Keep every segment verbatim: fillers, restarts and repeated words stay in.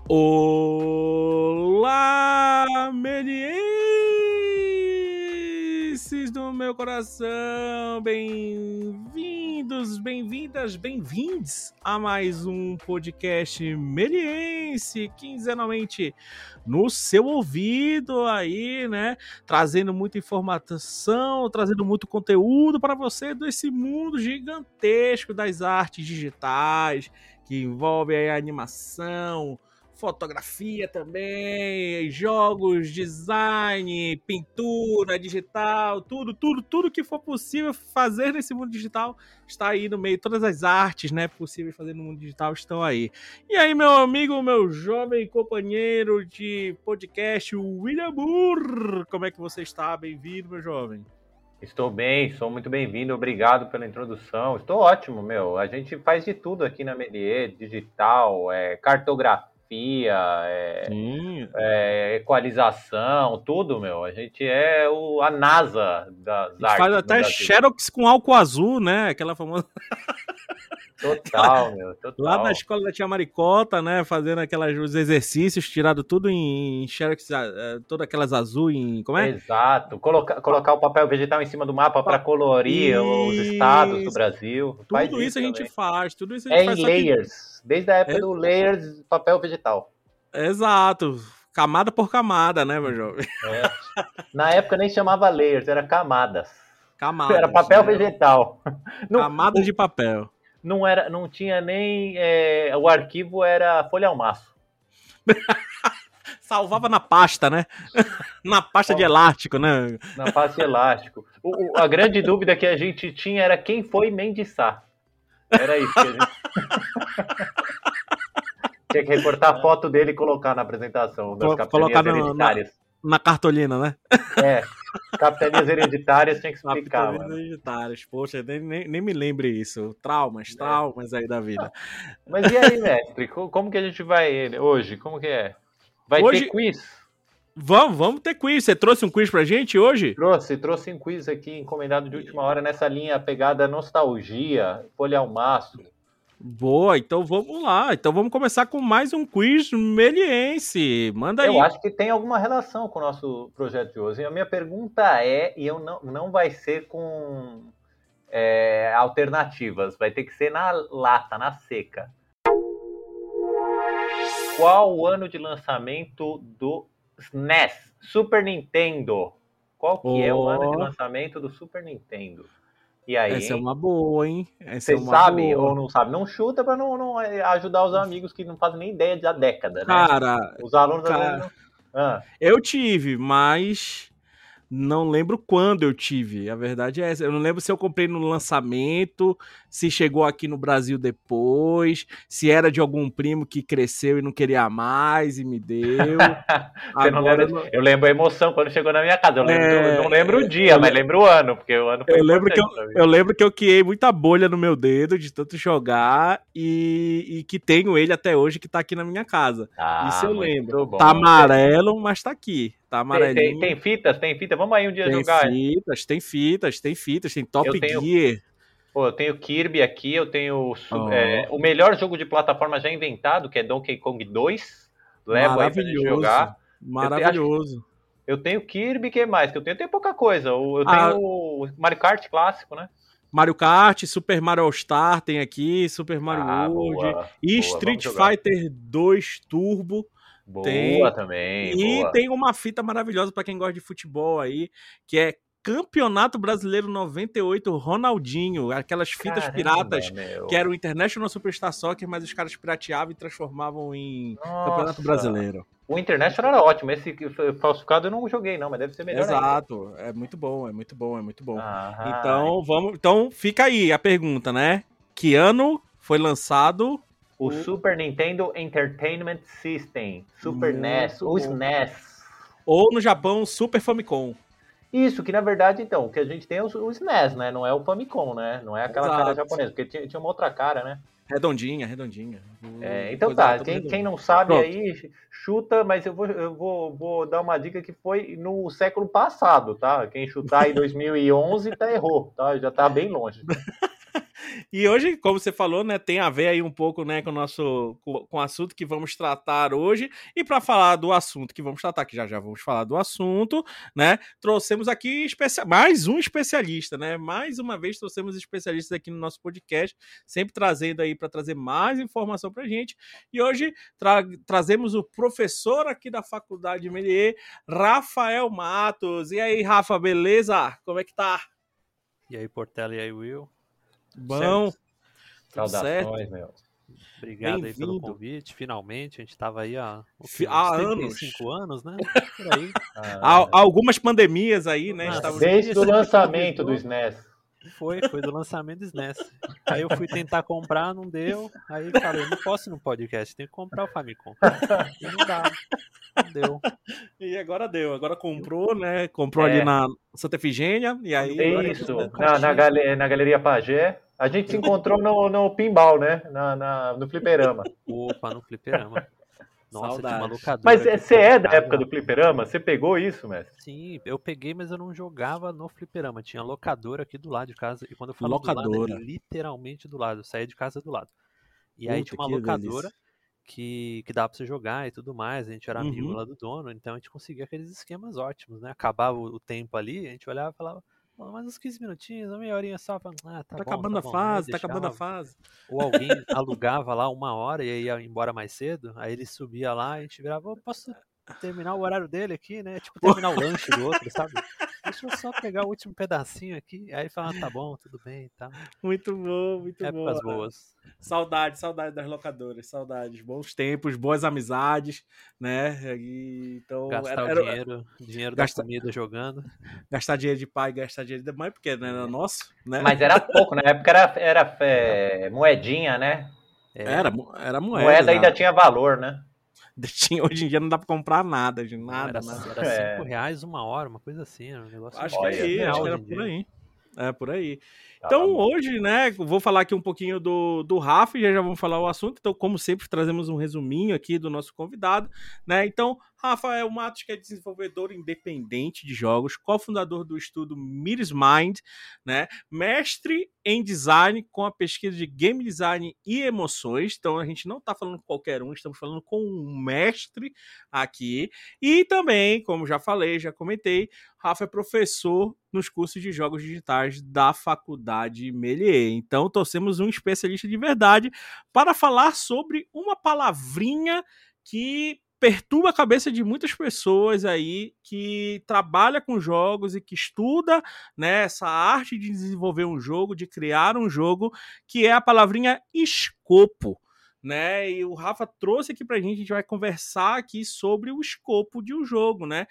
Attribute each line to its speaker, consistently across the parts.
Speaker 1: Olá, melienses do meu coração, bem-vindos, bem-vindas, bem-vindes a mais um podcast meliense, quinzenalmente no seu ouvido aí, né, trazendo muita informação, trazendo muito conteúdo para você desse mundo gigantesco das artes digitais, que envolve aí a animação, fotografia também, jogos, design, pintura digital, tudo, tudo, tudo que for possível fazer nesse mundo digital está aí no meio. Todas as artes, né, possíveis fazer no mundo digital estão aí. E aí, meu amigo, meu jovem companheiro de podcast, o William Burr, como é que você está? Bem-vindo, meu jovem.
Speaker 2: Estou bem, sou muito bem-vindo, obrigado pela introdução. Estou ótimo, meu. A gente faz de tudo aqui na Melier, digital, é, cartografia, é, é, equalização, tudo, meu. A gente é o, a NASA das artes. A gente
Speaker 1: faz até xerox com álcool azul, né? Aquela famosa...
Speaker 2: Total, meu, total.
Speaker 1: Lá na escola da tia Maricota, né, fazendo aquelas, os exercícios, tirado tudo em xerox, todas aquelas azul em, como é?
Speaker 2: Exato, colocar, colocar o papel vegetal em cima do mapa para colorir isso. Os estados do Brasil.
Speaker 1: Tudo
Speaker 2: faz
Speaker 1: isso, isso a gente
Speaker 2: também.
Speaker 1: faz, tudo isso a gente
Speaker 2: é
Speaker 1: faz.
Speaker 2: É em layers, que... desde a época
Speaker 1: é...
Speaker 2: do layers papel vegetal.
Speaker 1: Exato, camada por camada, né, meu jovem?
Speaker 2: É. Na época nem chamava layers, era camadas.
Speaker 1: Camadas.
Speaker 2: Era papel
Speaker 1: né?
Speaker 2: vegetal.
Speaker 1: Camadas de papel.
Speaker 2: Não, era, não tinha nem... É, o arquivo era folha ao maço.
Speaker 1: Salvava na pasta, né? Na pasta de elástico, né?
Speaker 2: Na pasta de elástico. O, o, a grande dúvida que a gente tinha era quem foi Mendes Sá. Era isso que a gente... Tinha que recortar a foto dele e colocar na apresentação das capitanias hereditárias.
Speaker 1: Na, na cartolina, né?
Speaker 2: É, capitanias hereditárias tinha que explicar.
Speaker 1: Capitanias hereditárias, poxa, nem, nem, nem me lembre isso. Traumas, é. traumas aí da vida.
Speaker 2: Mas e aí, mestre? Como que a gente vai hoje? Como que é? Vai
Speaker 1: hoje...
Speaker 2: ter quiz?
Speaker 1: Vamos, vamos ter quiz. Você trouxe um quiz pra gente hoje?
Speaker 2: Trouxe, trouxe um quiz aqui encomendado de última hora nessa linha pegada nostalgia, folha ao maço.
Speaker 1: Boa, então vamos lá. Então vamos começar com mais um quiz meliense. Manda aí.
Speaker 2: Eu acho que tem alguma relação com o nosso projeto de hoje. A minha pergunta é, e eu não, não vai ser com é, alternativas, vai ter que ser na lata, na seca. Qual o ano de lançamento do S N E S, Super Nintendo? Qual que oh. é o ano de lançamento do Super Nintendo? E aí,
Speaker 1: essa hein? é uma boa, hein?
Speaker 2: Você
Speaker 1: é
Speaker 2: sabe
Speaker 1: boa.
Speaker 2: ou não sabe? Não chuta para não, não ajudar os amigos que não fazem nem ideia da década, né?
Speaker 1: Cara,
Speaker 2: os alunos...
Speaker 1: cara,
Speaker 2: não... ah.
Speaker 1: eu tive, mas não lembro quando eu tive. A verdade é essa. Eu não lembro se eu comprei no lançamento, se chegou aqui no Brasil depois, se era de algum primo que cresceu e não queria mais e me deu.
Speaker 2: Você não lembra... não... Eu lembro a emoção quando chegou na minha casa. Eu lembro, é... não lembro o dia, eu... mas lembro o ano, porque o ano foi
Speaker 1: eu lembro que eu, eu lembro que eu criei muita bolha no meu dedo de tanto jogar e, e que tenho ele até hoje que tá aqui na minha casa.
Speaker 2: Ah,
Speaker 1: isso eu lembro.
Speaker 2: Bom.
Speaker 1: Tá amarelo, mas tá aqui. Tá
Speaker 2: amarelinho. Tem, tem, tem fitas, tem fitas. Vamos aí um dia
Speaker 1: tem
Speaker 2: jogar.
Speaker 1: Tem fitas, tem fitas, tem fitas, tem Top eu tenho, Gear.
Speaker 2: Pô, eu tenho Kirby aqui, eu tenho oh. é, o melhor jogo de plataforma já inventado, que é Donkey Kong dois. Levo aí pra gente jogar.
Speaker 1: Maravilhoso.
Speaker 2: Eu tenho, eu tenho Kirby, que mais? Que eu tenho, eu tenho pouca coisa. Eu tenho ah. o Mario Kart clássico, né?
Speaker 1: Mario Kart, Super Mario All Star tem aqui, Super Mario ah, World boa, e boa, Street Fighter dois Turbo.
Speaker 2: Boa
Speaker 1: tem,
Speaker 2: também.
Speaker 1: E
Speaker 2: boa.
Speaker 1: tem uma fita maravilhosa para quem gosta de futebol aí, que é Campeonato Brasileiro noventa e oito Ronaldinho, aquelas fitas Caramba, piratas
Speaker 2: meu.
Speaker 1: que era o International Superstar Soccer, mas os caras pirateavam e transformavam em Nossa. Campeonato Brasileiro.
Speaker 2: O International era ótimo, esse falsificado eu não joguei não, mas deve ser melhor.
Speaker 1: Exato,
Speaker 2: ainda.
Speaker 1: é muito bom, é muito bom, é muito bom.
Speaker 2: Ah,
Speaker 1: então, vamos, então fica aí a pergunta, né? Que ano foi lançado
Speaker 2: o, o Super Nintendo Entertainment System, Super muito N E S, bom. O S N E S.
Speaker 1: Ou no Japão, Super Famicom.
Speaker 2: Isso, que na verdade, então, o que a gente tem é o, o S N E S, né? Não é o Famicom, né? Não é aquela Exato. Cara japonesa, porque tinha, tinha uma outra cara, né?
Speaker 1: Redondinha, redondinha.
Speaker 2: É, então tá, quem, quem não sabe Pronto. Aí, chuta, mas eu, vou, eu vou, vou dar uma dica que foi no século passado, tá? Quem chutar em dois mil e onze, tá errou, tá? Já tá bem longe.
Speaker 1: E hoje, como você falou, né, tem a ver aí um pouco, né, com o nosso com, com o assunto que vamos tratar hoje. E para falar do assunto que vamos tratar, que já já vamos falar do assunto, né, trouxemos aqui especia- mais um especialista, né? Mais uma vez trouxemos especialistas aqui no nosso podcast, sempre trazendo aí para trazer mais informação pra gente. E hoje tra trazemos o professor aqui da Faculdade Melier, Rafael Matos. E aí, Rafa, beleza? Como é que tá?
Speaker 3: E aí, Portela, e aí, Will?
Speaker 1: Bom.
Speaker 2: Certo. Saudações, meu.
Speaker 3: Obrigado aí pelo convite. Finalmente, a gente estava aí há,
Speaker 1: okay, há
Speaker 3: trinta e cinco anos, né? Por aí.
Speaker 1: Há, há algumas pandemias aí, né?
Speaker 2: Ah, desde o lançamento do S N E S.
Speaker 3: Foi, foi do lançamento do S N E S. Aí eu fui tentar comprar, não deu. Aí falei, não posso ir no podcast, tem que comprar o Famicom. E não dá. Não deu.
Speaker 1: E agora deu, agora comprou, né? Comprou é. ali na Santa Efigênia. E aí.
Speaker 2: Isso, na, na, gal na Galeria Pajé. A gente se encontrou no, no pinball, né? Na, na, no fliperama.
Speaker 3: Opa, no fliperama. Nossa,
Speaker 1: Saudade.
Speaker 3: tinha uma locadora.
Speaker 2: Mas você é da época do fliperama? Você pegou isso, mestre?
Speaker 3: Sim, eu peguei, mas eu não jogava no fliperama. Tinha locadora aqui do lado de casa. E quando eu falo
Speaker 1: locadora.
Speaker 3: do lado, é literalmente do lado. Eu saía de casa do lado. E Puta, aí tinha uma locadora que, que dava pra você jogar e tudo mais. A gente era amigo uhum. lá do dono, então a gente conseguia aqueles esquemas ótimos, né? Acabava o tempo ali, a gente olhava e falava, mais uns quinze minutinhos, uma meia horinha só. Pra... Ah, tá,
Speaker 1: tá
Speaker 3: bom,
Speaker 1: acabando
Speaker 3: tá
Speaker 1: a
Speaker 3: bom,
Speaker 1: fase, tá acabando a fase.
Speaker 3: Ou alguém alugava lá uma hora e aí ia embora mais cedo, aí ele subia lá e a gente virava, oh, posso terminar o horário dele aqui, né? Tipo, terminar o lanche do outro, sabe? Deixa eu só pegar o último pedacinho aqui. Aí ele fala, ah, tá bom, tudo bem e tal.
Speaker 1: Muito bom, muito
Speaker 3: bom. Épocas boas.
Speaker 1: Saudade, saudade das locadoras, saudades. Bons tempos, boas amizades, né? E, então,
Speaker 3: gastar
Speaker 1: era,
Speaker 3: o
Speaker 1: era,
Speaker 3: dinheiro, dinheiro
Speaker 1: gasta,
Speaker 3: da comida jogando.
Speaker 1: Gastar dinheiro de pai, gastar dinheiro de mãe, porque não era nosso, né?
Speaker 2: Mas era pouco, na época era, era é, moedinha, né?
Speaker 1: Era, era moeda.
Speaker 2: Moeda ainda tinha valor, né?
Speaker 1: Tinha, hoje em dia não dá pra comprar nada, de nada,
Speaker 3: não, era,
Speaker 1: nada.
Speaker 3: Era cinco é. reais uma hora, uma coisa assim, era um negócio.
Speaker 1: Acho que é isso, acho que era por aí. É, por aí. Então, ah, hoje, né, vou falar aqui um pouquinho do, do Rafa e já, já vamos falar o assunto. Então, como sempre, trazemos um resuminho aqui do nosso convidado, né? Então, Rafael Matos, que é desenvolvedor independente de jogos, cofundador do estudo Miris Mind, né? Mestre em design com a pesquisa de game design e emoções. Então, a gente não está falando com qualquer um, estamos falando com um mestre aqui. E também, como já falei, já comentei, Rafa é professor nos cursos de jogos digitais da Faculdade Melier. Então, trouxemos um especialista de verdade para falar sobre uma palavrinha que perturba a cabeça de muitas pessoas aí que trabalha com jogos e que estuda, né, essa arte de desenvolver um jogo, de criar um jogo, que é a palavrinha escopo. Né? E o Rafa trouxe aqui pra gente, a gente vai conversar aqui sobre o escopo de um jogo, né?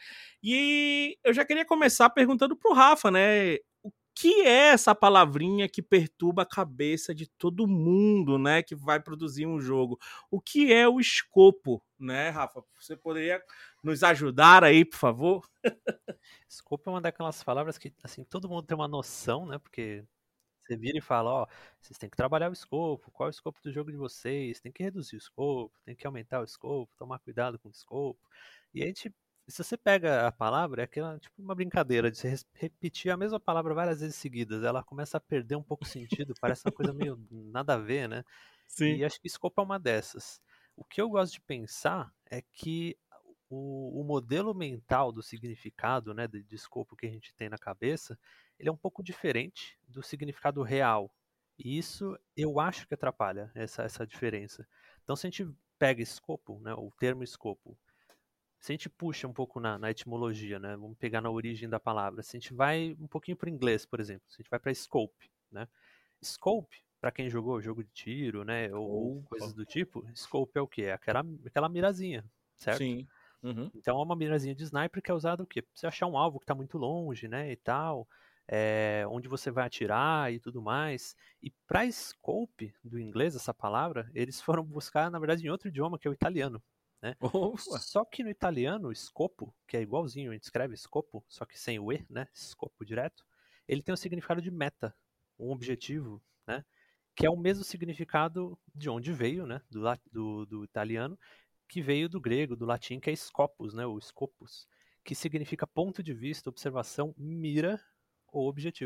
Speaker 1: E eu já queria começar perguntando pro Rafa, né? O que é essa palavrinha que perturba a cabeça de todo mundo, né? Que vai produzir um jogo? O que é o escopo, né, Rafa? Você poderia nos ajudar aí, por favor?
Speaker 3: Escopo é uma daquelas palavras que, assim, todo mundo tem uma noção, né? Porque você vira e fala, ó, vocês têm que trabalhar o escopo, qual é o escopo do jogo de vocês, tem que reduzir o escopo, tem que aumentar o escopo, tomar cuidado com o escopo. E a gente, se você pega a palavra, é aquela, tipo uma brincadeira de você repetir a mesma palavra várias vezes seguidas, ela começa a perder um pouco o sentido, parece uma coisa meio nada a ver, né?
Speaker 1: Sim.
Speaker 3: E acho que escopo é uma dessas. O que eu gosto de pensar é que o, o modelo mental do significado, né, de, de escopo que a gente tem na cabeça, ele é um pouco diferente do significado real. E isso eu acho que atrapalha essa, essa diferença. Então, se a gente pega escopo, né, o termo escopo, se a gente puxa um pouco na, na etimologia, né, vamos pegar na origem da palavra, se a gente vai um pouquinho para o inglês, por exemplo, se a gente vai para scope, né, scope, para quem jogou jogo de tiro, né, ou Opa. coisas do tipo, scope é o quê? É aquela, aquela mirazinha, certo?
Speaker 1: Sim. Uhum.
Speaker 3: Então é uma mirazinha de sniper que é usada o quê? Pra você achar um alvo que está muito longe, né, e tal, é, onde você vai atirar e tudo mais. E para scope do inglês, essa palavra, eles foram buscar, na verdade, em outro idioma, que é o italiano. Né? Só que no italiano, scopo, que é igualzinho, a gente escreve scopo, só que sem o E, né, scopo direto, ele tem o significado de meta, um objetivo, né, que é o mesmo significado de onde veio, né, do, do, do italiano, que veio do grego, do latim, que é scopus, né, o scopus, que significa ponto de vista, observação, mira ou objetivo.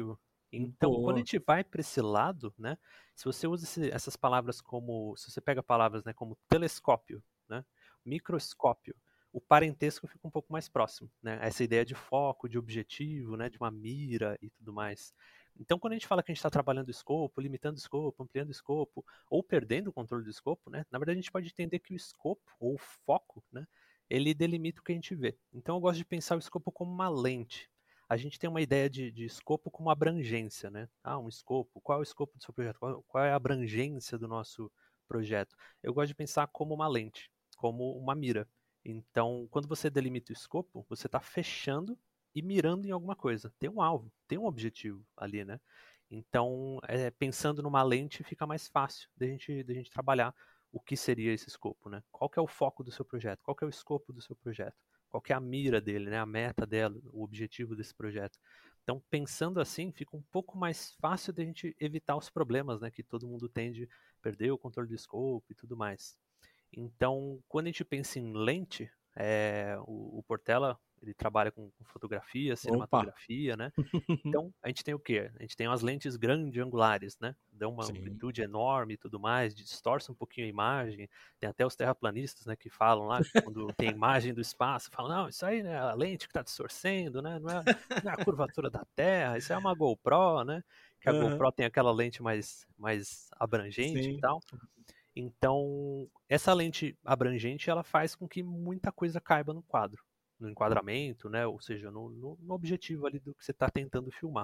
Speaker 3: Então, Boa. Quando a gente vai para esse lado, né, se você usa esse, essas palavras como, se você pega palavras, né, como telescópio, né, microscópio, o parentesco fica um pouco mais próximo, né, essa ideia de foco, de objetivo, né, de uma mira e tudo mais. Então, quando a gente fala que a gente está trabalhando o escopo, limitando o escopo, ampliando o escopo, ou perdendo o controle do escopo, né, na verdade a gente pode entender que o escopo, ou o foco, né, ele delimita o que a gente vê. Então, eu gosto de pensar o escopo como uma lente. A gente tem uma ideia de, de escopo como abrangência, né? Ah, um escopo, qual é o escopo do seu projeto? Qual, qual é a abrangência do nosso projeto? Eu gosto de pensar como uma lente, como uma mira. Então, quando você delimita o escopo, você está fechando e mirando em alguma coisa. Tem um alvo, tem um objetivo ali, né? Então, é, pensando numa lente, fica mais fácil de a gente, de a gente trabalhar o que seria esse escopo, né? Qual que é o foco do seu projeto? Qual que é o escopo do seu projeto? Qual que é a mira dele, né? A meta dela, o objetivo desse projeto. Então, pensando assim, fica um pouco mais fácil de a gente evitar os problemas, né? Que todo mundo tem de perder o controle do escopo e tudo mais. Então, quando a gente pensa em lente, é, o, o Portela ele trabalha com, com fotografia, cinematografia, Opa. Né? Então, a gente tem o quê? A gente tem umas lentes grande angulares, né? Dão uma Sim. amplitude enorme e tudo mais, distorce um pouquinho a imagem. Tem até os terraplanistas, né, que falam lá, quando tem imagem do espaço, falam, não, isso aí né, é a lente que está distorcendo, né? Não é, não é a curvatura da Terra, isso é uma GoPro, né? Que a uhum. GoPro tem aquela lente mais, mais abrangente Sim. e tal. Então, essa lente abrangente, ela faz com que muita coisa caiba no quadro, no enquadramento, né? Ou seja, no, no, no objetivo ali do que você está tentando filmar.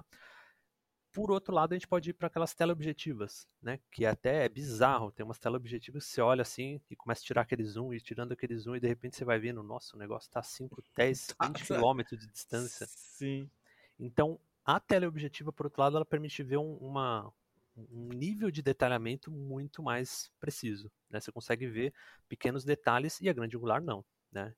Speaker 3: Por outro lado, a gente pode ir para aquelas teleobjetivas, né? Que até é bizarro, tem umas teleobjetivas que você olha assim e começa a tirar aquele zoom e tirando aquele zoom e de repente você vai vendo, nossa, o negócio está a cinco, dez, vinte quilômetros de distância.
Speaker 1: Sim.
Speaker 3: Então, a teleobjetiva, por outro lado, ela permite ver um, uma, um nível de detalhamento muito mais preciso, né? Você consegue ver pequenos detalhes e a grande angular não, né?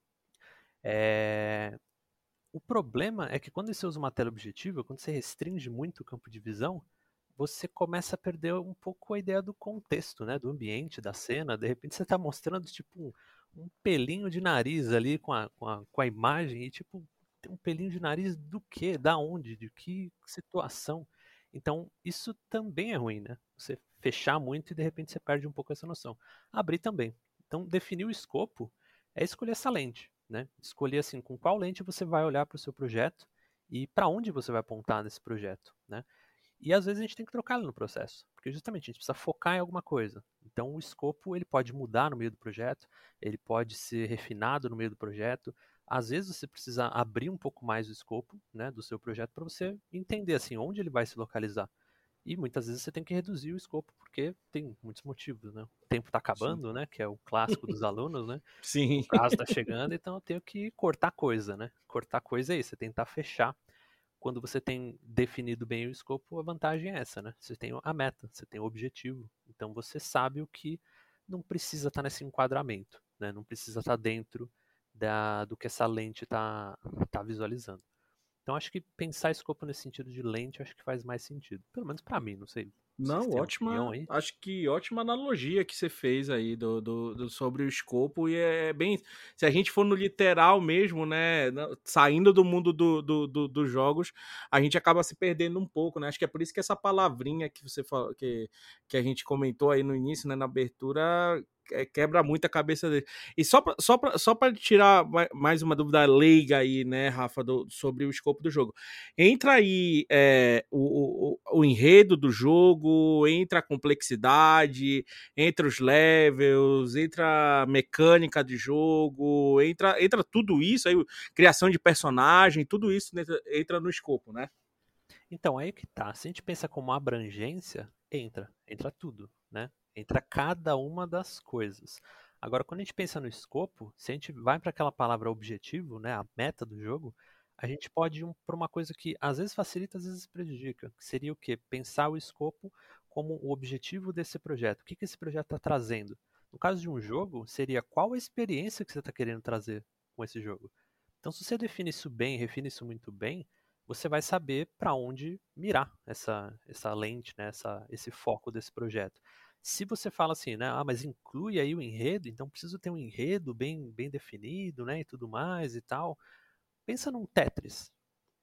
Speaker 3: É... O problema é que quando você usa uma teleobjetiva, quando você restringe muito o campo de visão, você começa a perder um pouco a ideia do contexto, né? Do ambiente, da cena. De repente você está mostrando tipo um, um pelinho de nariz ali com a, com, a, com a imagem e tipo, tem um pelinho de nariz do quê? Da onde? De que situação? Então, isso também é ruim, né? Você fechar muito e de repente você perde um pouco essa noção. Abrir também. Então, definir o escopo é escolher essa lente, né? Escolher assim, com qual lente você vai olhar para o seu projeto e para onde você vai apontar nesse projeto, né? E às vezes a gente tem que trocá-lo no processo, porque justamente a gente precisa focar em alguma coisa. Então o escopo ele pode mudar no meio do projeto, ele pode ser refinado no meio do projeto. Às vezes você precisa abrir um pouco mais o escopo, né, do seu projeto para você entender assim onde ele vai se localizar. E muitas vezes você tem que reduzir o escopo porque tem muitos motivos, né? O tempo está acabando, Sim. né? Que é o clássico dos alunos, né?
Speaker 1: Sim.
Speaker 3: O prazo está chegando, então eu tenho que cortar coisa, né? Cortar coisa é isso, você tentar fechar. Quando você tem definido bem o escopo, a vantagem é essa, né? Você tem a meta, você tem o objetivo. Então você sabe o que não precisa estar nesse enquadramento, né? Não precisa estar dentro da, do que essa lente está tá visualizando. Então acho que pensar escopo nesse sentido de lente, acho que faz mais sentido. Pelo menos para mim, não sei.
Speaker 1: Não, ótima. Aí. Acho que ótima analogia que você fez aí do, do, do, sobre o escopo. E é bem. Se a gente for no literal mesmo, né? Saindo do mundo do, do, do, dos jogos, a gente acaba se perdendo um pouco, né? Acho que é por isso que essa palavrinha que você falou, que, que a gente comentou aí no início, né? Na abertura. Quebra muito a cabeça dele. E só pra, só pra, só pra tirar mais uma dúvida leiga aí, né, Rafa, do, sobre o escopo do jogo. Entra aí é, o, o, o enredo do jogo, entra a complexidade, entra os levels, entra a mecânica de jogo, entra, entra tudo isso aí, criação de personagem, tudo isso entra, entra no escopo, né?
Speaker 3: Então, aí que tá. Se a gente pensa como abrangência, entra, entra tudo, né? Entra cada uma das coisas. Agora, quando a gente pensa no escopo, se a gente vai para aquela palavra objetivo, né, a meta do jogo, a gente pode ir um, para uma coisa que às vezes facilita, às vezes prejudica. Que seria o quê? Pensar o escopo como o objetivo desse projeto. O que, que esse projeto está trazendo? No caso de um jogo, seria qual a experiência que você está querendo trazer com esse jogo. Então, se você define isso bem, refine isso muito bem, você vai saber para onde mirar essa, essa lente, né, essa, esse foco desse projeto. Se você fala assim, né, ah, mas inclui aí o enredo, então preciso ter um enredo bem, bem definido, né, e tudo mais e tal. Pensa num Tetris.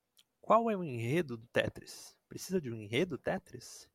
Speaker 3: qual é o enredo do Tetris? Precisa de um enredo Tetris?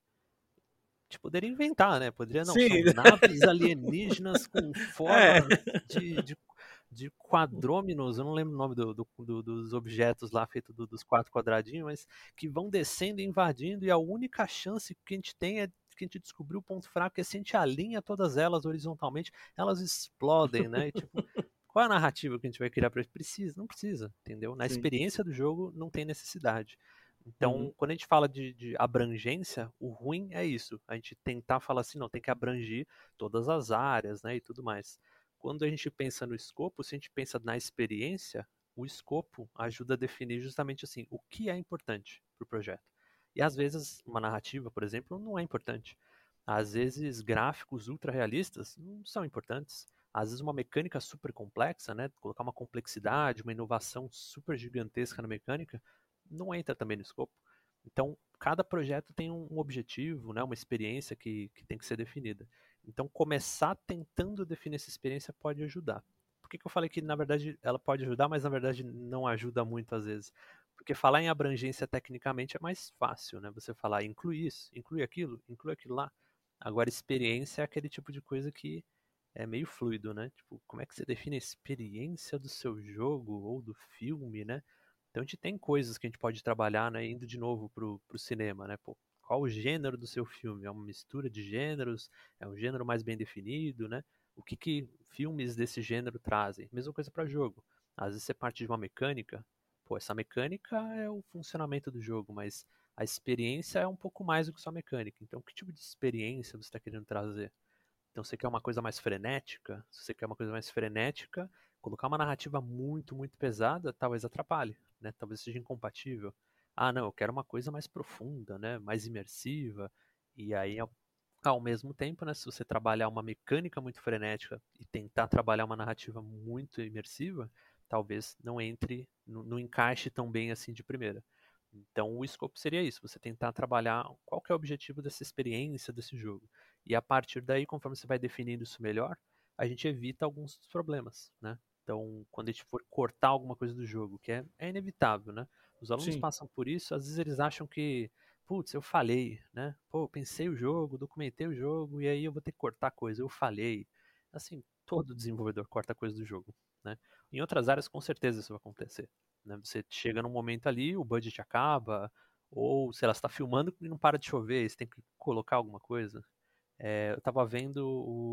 Speaker 3: A gente poderia inventar, né? Poderia, não,
Speaker 1: Sim.
Speaker 3: são naves alienígenas com forma
Speaker 1: É.
Speaker 3: de, de, de quadrôminos, eu não lembro o nome do, do, do, dos objetos lá, feito do, dos quatro quadradinhos, mas que vão descendo e invadindo, e a única chance que a gente tem é que a gente descobriu o ponto fraco, é se a gente alinha todas elas horizontalmente, elas explodem, né? E, tipo, qual é a narrativa que a gente vai criar para isso? Precisa, não precisa, entendeu? Na
Speaker 1: Sim.
Speaker 3: experiência do jogo não tem necessidade. Então,
Speaker 1: Uhum.
Speaker 3: quando a gente fala de, de abrangência, o ruim é isso. A gente tentar falar assim, não, tem que abranger todas as áreas, né, e tudo mais. Quando a gente pensa no escopo, se a gente pensa na experiência, o escopo ajuda a definir justamente assim, o que é importante para o projeto. E às vezes, uma narrativa, por exemplo, não é importante. Às vezes, gráficos ultra realistas não são importantes. Às vezes, uma mecânica super complexa, né, colocar uma complexidade, uma inovação super gigantesca na mecânica, não entra também no escopo. Então, cada projeto tem um objetivo, né, uma experiência que, que tem que ser definida. Então, começar tentando definir essa experiência pode ajudar. Por que, que eu falei que, na verdade, ela pode ajudar, mas, na verdade, não ajuda muito às vezes? Porque falar em abrangência tecnicamente é mais fácil, né? Você falar, inclui isso, inclui aquilo, inclui aquilo lá. Agora, experiência é aquele tipo de coisa que é meio fluido, né? Tipo, como é que você define a experiência do seu jogo ou do filme, né? Então a gente tem coisas que a gente pode trabalhar, né, indo de novo pro, pro cinema, né? Pô, qual o gênero do seu filme? É uma mistura de gêneros? É um gênero mais bem definido, né? O que que filmes desse gênero trazem? Mesma coisa para jogo. Às vezes você parte de uma mecânica, pô, essa mecânica é o funcionamento do jogo, mas a experiência é um pouco mais do que só mecânica. Então, que tipo de experiência você está querendo trazer? Então, você quer uma coisa mais frenética? Se você quer uma coisa mais frenética, colocar uma narrativa muito, muito pesada talvez atrapalhe, né? Talvez seja incompatível. Ah, não, eu quero uma coisa mais profunda, né? Mais imersiva. E aí, ao, ao mesmo tempo, né? Se você trabalhar uma mecânica muito frenética e tentar trabalhar uma narrativa muito imersiva, talvez não entre, não, não encaixe tão bem assim de primeira. Então, o escopo seria isso, você tentar trabalhar qual que é o objetivo dessa experiência desse jogo. E a partir daí, conforme você vai definindo isso melhor, a gente evita alguns dos problemas, né? Então, quando a gente for cortar alguma coisa do jogo, que é, é inevitável, né? Os alunos
Speaker 1: Sim.
Speaker 3: passam por isso, às vezes eles acham que, putz, eu falei, né? Pô, eu pensei o jogo, documentei o jogo, e aí eu vou ter que cortar coisa, eu falei. Assim, todo desenvolvedor corta coisa do jogo, né? Em outras áreas, com certeza isso vai acontecer, né? Você chega num momento ali, o budget acaba, ou, sei lá, você está filmando e não para de chover, você tem que colocar alguma coisa. É, eu tava vendo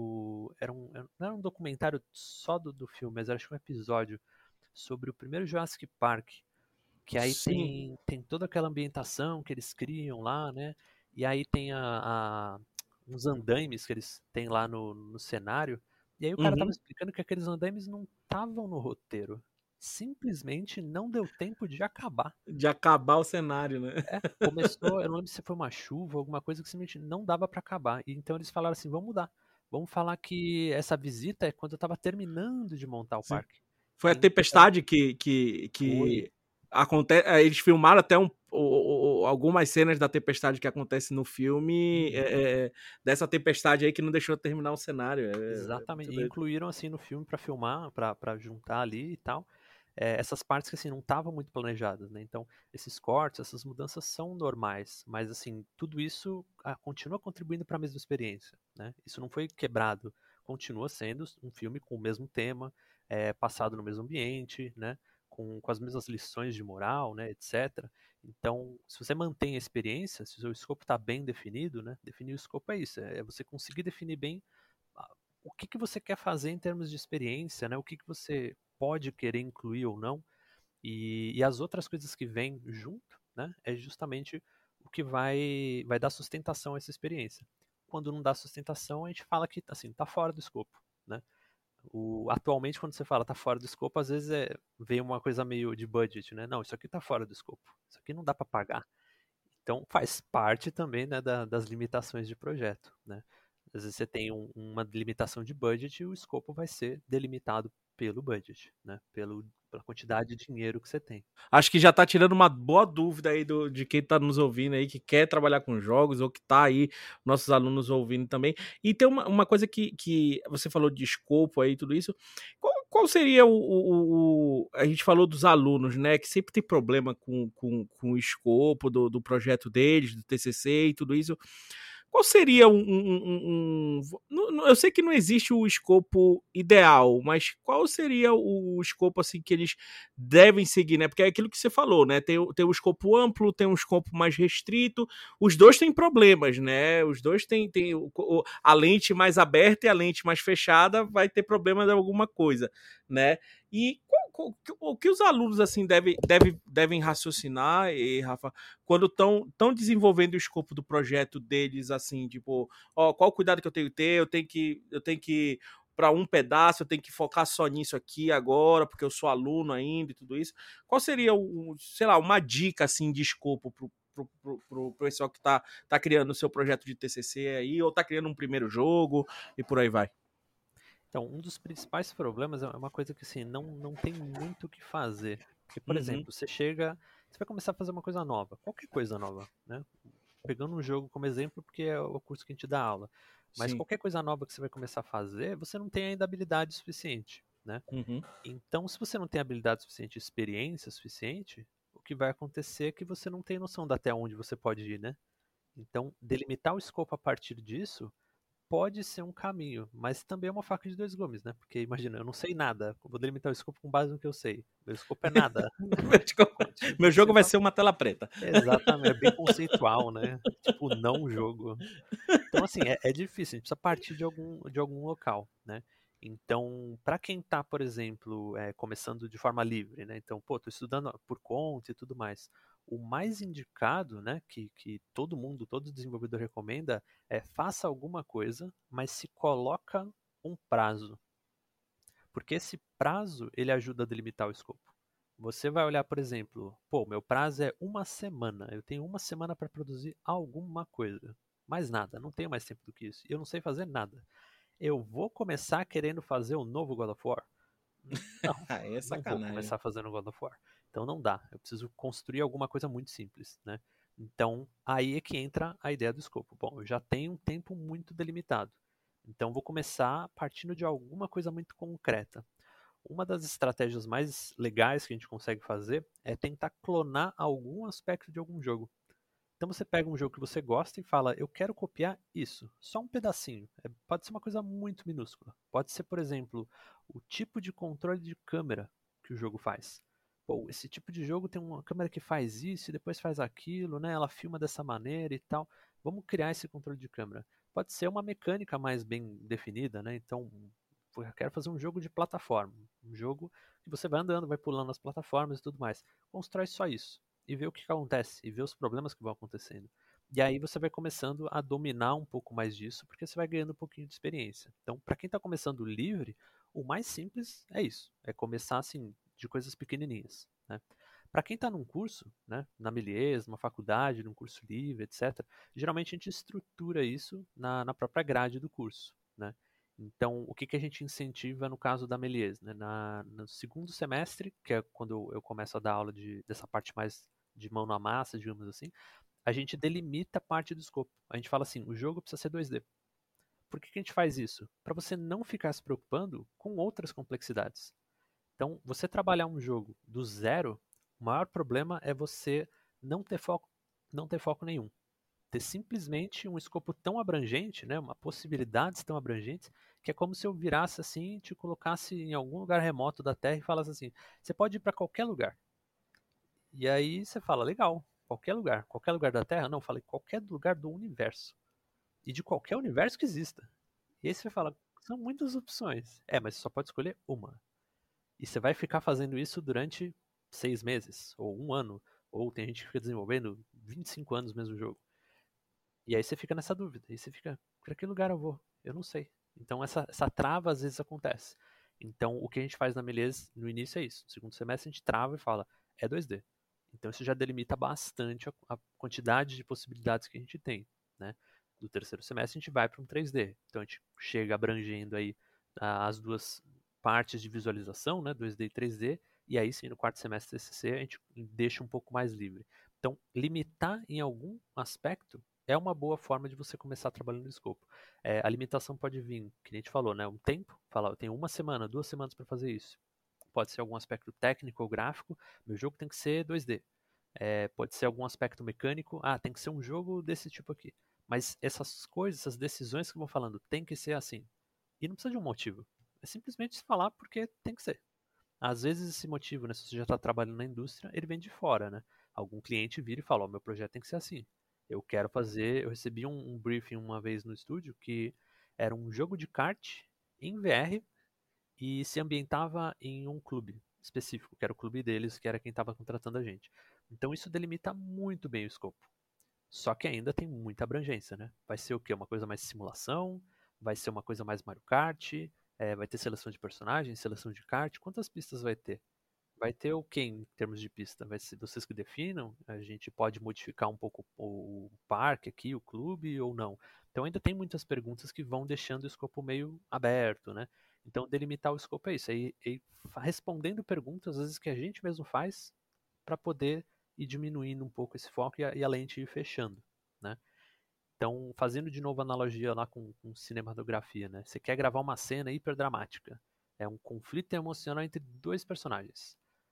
Speaker 3: o. Era um, não era um documentário só do, do filme, mas era acho que um episódio sobre o primeiro Jurassic Park. Que aí
Speaker 1: Sim.
Speaker 3: tem, tem toda aquela ambientação que eles criam lá, né? E aí tem a, a, uns andaimes que eles têm lá no, no cenário. E aí o cara tava
Speaker 1: Uhum.
Speaker 3: explicando que aqueles andaimes não estavam no roteiro. Simplesmente não deu tempo de acabar.
Speaker 1: De acabar o cenário, né?
Speaker 3: É, começou, eu não lembro se foi uma chuva, alguma coisa que simplesmente não dava pra acabar. E então eles falaram assim, vamos mudar. Vamos falar que essa visita é quando eu tava terminando de montar o
Speaker 1: Sim.
Speaker 3: parque.
Speaker 1: Foi a
Speaker 3: Então,
Speaker 1: tempestade que, que,
Speaker 3: foi.
Speaker 1: que acontece. Eles filmaram até um, o, o, algumas cenas da tempestade que acontece no filme,
Speaker 3: Uhum.
Speaker 1: é, é, dessa tempestade aí que não deixou terminar o cenário. É,
Speaker 3: Exatamente.
Speaker 1: é
Speaker 3: E incluíram assim no filme pra filmar, pra para juntar ali e tal. É, essas partes que assim não estavam muito planejadas, né? Então, esses cortes, essas mudanças são normais, mas assim, tudo isso ah, continua contribuindo para a mesma experiência, né? Isso não foi quebrado, continua sendo um filme com o mesmo tema, é, passado no mesmo ambiente, né? Com, com as mesmas lições de moral, né, etcétera. Então, se você mantém a experiência, se o seu escopo está bem definido, né? Definir o escopo é isso, é você conseguir definir bem o que, que você quer fazer em termos de experiência, né? O que, que você pode querer incluir ou não. E, e as outras coisas que vêm junto, né? É justamente o que vai, vai dar sustentação a essa experiência. Quando não dá sustentação, a gente fala que assim, tá fora do escopo, né? O, atualmente, quando você fala tá fora do escopo, às vezes é, vem uma coisa meio de budget, né? Não, isso aqui tá fora do escopo. Isso aqui não dá para pagar. Então faz parte também, né, da, das limitações de projeto, né? Às vezes você tem um, uma limitação de budget e o escopo vai ser delimitado pelo budget, né? Pelo, pela quantidade de dinheiro que você tem.
Speaker 1: Acho que já tá tirando uma boa dúvida aí do, de quem tá nos ouvindo aí, que quer trabalhar com jogos, ou que tá aí, nossos alunos ouvindo também. E tem uma, uma coisa que, que você falou de escopo aí, tudo isso. Qual, qual seria o, o, o... A gente falou dos alunos, né? Que sempre tem problema com, com, com o escopo do, do projeto deles, do T C C e tudo isso. Qual seria um, um, um, um... Eu sei que não existe o escopo ideal, mas qual seria o escopo assim, que eles devem seguir, né? Porque é aquilo que você falou, né? Tem, tem um escopo amplo, tem um escopo mais restrito. Os dois têm problemas, né? Os dois têm, têm a lente mais aberta e a lente mais fechada vai ter problema de alguma coisa, né? E qual, qual, o que os alunos assim devem, devem, devem raciocinar, e, Rafa, quando estão desenvolvendo o escopo do projeto deles, assim, tipo, ó, qual o cuidado que eu tenho que ter? Eu tenho que, eu tenho que para um pedaço, eu tenho que focar só nisso aqui agora, porque eu sou aluno ainda e tudo isso. Qual seria, um, sei lá, uma dica assim de escopo pro Pro, pro, pro pessoal que tá, tá criando o seu projeto de T C C aí, ou tá criando um primeiro jogo, e por aí vai?
Speaker 3: Então, um dos principais problemas é uma coisa que, assim, não, não tem muito o que fazer. Porque, por uhum. exemplo, você chega, você vai começar a fazer uma coisa nova, qualquer coisa nova, né? Pegando um jogo como exemplo, porque é o curso que a gente dá aula. Mas Sim. qualquer coisa nova que você vai começar a fazer, você não tem ainda habilidade suficiente, né? Uhum. Então, se você não tem habilidade suficiente, experiência suficiente, o que vai acontecer é que você não tem noção de até onde você pode ir, né? Então, delimitar o escopo a partir disso pode ser um caminho, mas também é uma faca de dois gumes, né? Porque imagina, eu não sei nada, eu vou delimitar o escopo com base no que eu sei. Meu escopo é nada.
Speaker 1: Meu jogo vai ser uma tela preta.
Speaker 3: Exatamente, é bem conceitual, né? Tipo, não jogo. Então, assim, é, é difícil, a gente precisa partir de algum, de algum local, né? Então, para quem tá, por exemplo, é, começando de forma livre, né? Então, pô, tô estudando por conta e tudo mais. O mais indicado, né, que, que todo mundo, todo desenvolvedor recomenda, é faça alguma coisa, mas se coloca um prazo. Porque esse prazo, ele ajuda a delimitar o escopo. Você vai olhar, por exemplo, pô, meu prazo é uma semana. Eu tenho uma semana para produzir alguma coisa. Mais nada, não tenho mais tempo do que isso. Eu não sei fazer nada. Eu vou começar querendo fazer o novo God of War? Não,
Speaker 1: é
Speaker 3: não vou começar fazendo God of War. Então não dá. Eu preciso construir alguma coisa muito simples, né? Então aí é que entra a ideia do escopo. Bom, eu já tenho um tempo muito delimitado. Então vou começar partindo de alguma coisa muito concreta. Uma das estratégias mais legais que a gente consegue fazer é tentar clonar algum aspecto de algum jogo. Então você pega um jogo que você gosta e fala, eu quero copiar isso, só um pedacinho. É, pode ser uma coisa muito minúscula. Pode ser, por exemplo, o tipo de controle de câmera que o jogo faz. Pô, esse tipo de jogo tem uma câmera que faz isso e depois faz aquilo, né? Ela filma dessa maneira e tal. Vamos criar esse controle de câmera. Pode ser uma mecânica mais bem definida, né? Então, eu quero fazer um jogo de plataforma. Um jogo que você vai andando, vai pulando as plataformas e tudo mais. Constrói só isso e ver o que acontece, e ver os problemas que vão acontecendo. E aí você vai começando a dominar um pouco mais disso, porque você vai ganhando um pouquinho de experiência. Então, para quem está começando livre, o mais simples é isso, é começar assim, de coisas pequenininhas, né? Para quem está num curso, né, na Méliès, numa faculdade, num curso livre, etcétera, geralmente a gente estrutura isso na, na própria grade do curso, né? Então, o que, que a gente incentiva no caso da Méliès? Né? Na, no segundo semestre, que é quando eu começo a dar aula de, dessa parte mais de mão na massa, digamos assim, a gente delimita parte do escopo. A gente fala assim, o jogo precisa ser dois D. Por que, que a gente faz isso? Para você não ficar se preocupando com outras complexidades. Então, você trabalhar um jogo do zero, o maior problema é você não ter foco, não ter foco nenhum. Ter simplesmente um escopo tão abrangente, né, uma possibilidades tão abrangentes, que é como se eu virasse assim, te colocasse em algum lugar remoto da Terra e falasse assim, você pode ir para qualquer lugar. E aí você fala, legal, qualquer lugar. Qualquer lugar da Terra? Não, eu falei qualquer lugar do universo. E de qualquer universo que exista. E aí você fala, são muitas opções. É, mas você só pode escolher uma. E você vai ficar fazendo isso durante seis meses, ou um ano, ou tem gente que fica desenvolvendo vinte e cinco anos no mesmo jogo. E aí você fica nessa dúvida. E você fica, para que lugar eu vou? Eu não sei. Então essa, essa trava às vezes acontece. Então o que a gente faz na Méliès no início é isso. No segundo semestre a gente trava e fala, é dois D. Então isso já delimita bastante a, a quantidade de possibilidades que a gente tem, né? Do terceiro semestre a gente vai para um três D. Então a gente chega abrangendo aí a, as duas partes de visualização, né? dois D e três D. E aí sim, no quarto semestre T C C a gente deixa um pouco mais livre. Então limitar em algum aspecto é uma boa forma de você começar trabalhando no escopo. É, a limitação pode vir, que a gente falou, né? Um tempo, falar, eu tenho uma semana, duas semanas para fazer isso. Pode ser algum aspecto técnico ou gráfico, meu jogo tem que ser dois D. É, pode ser algum aspecto mecânico, ah, tem que ser um jogo desse tipo aqui. Mas essas coisas, essas decisões que vão falando, tem que ser assim. E não precisa de um motivo. É simplesmente falar porque tem que ser. Às vezes esse motivo, né, se você já está trabalhando na indústria, ele vem de fora, né? Algum cliente vira e fala, ó, meu projeto tem que ser assim. Eu quero fazer, eu recebi um, um briefing uma vez no estúdio que era um jogo de kart em V R e se ambientava em um clube específico, que era o clube deles, que era quem estava contratando a gente. Então isso delimita muito bem o escopo. Só que ainda tem muita abrangência, né? Vai ser o quê? Uma coisa mais simulação? Vai ser uma coisa mais Mario Kart? É, vai ter seleção de personagens, seleção de kart? Quantas pistas vai ter? Vai ter o que em termos de pista? Vai ser vocês que definam? A gente pode modificar um pouco o parque aqui, o clube ou não? Então ainda tem muitas perguntas que vão deixando o escopo meio aberto, né? Então delimitar o escopo é isso, é ir, é ir respondendo perguntas às vezes que a gente mesmo faz para poder ir diminuindo um pouco esse foco e a, e a lente ir fechando, né? Então, fazendo de novo analogia lá com, com cinematografia, né? Você quer gravar uma cena hiperdramática. É um conflito emocional entre dois personagens.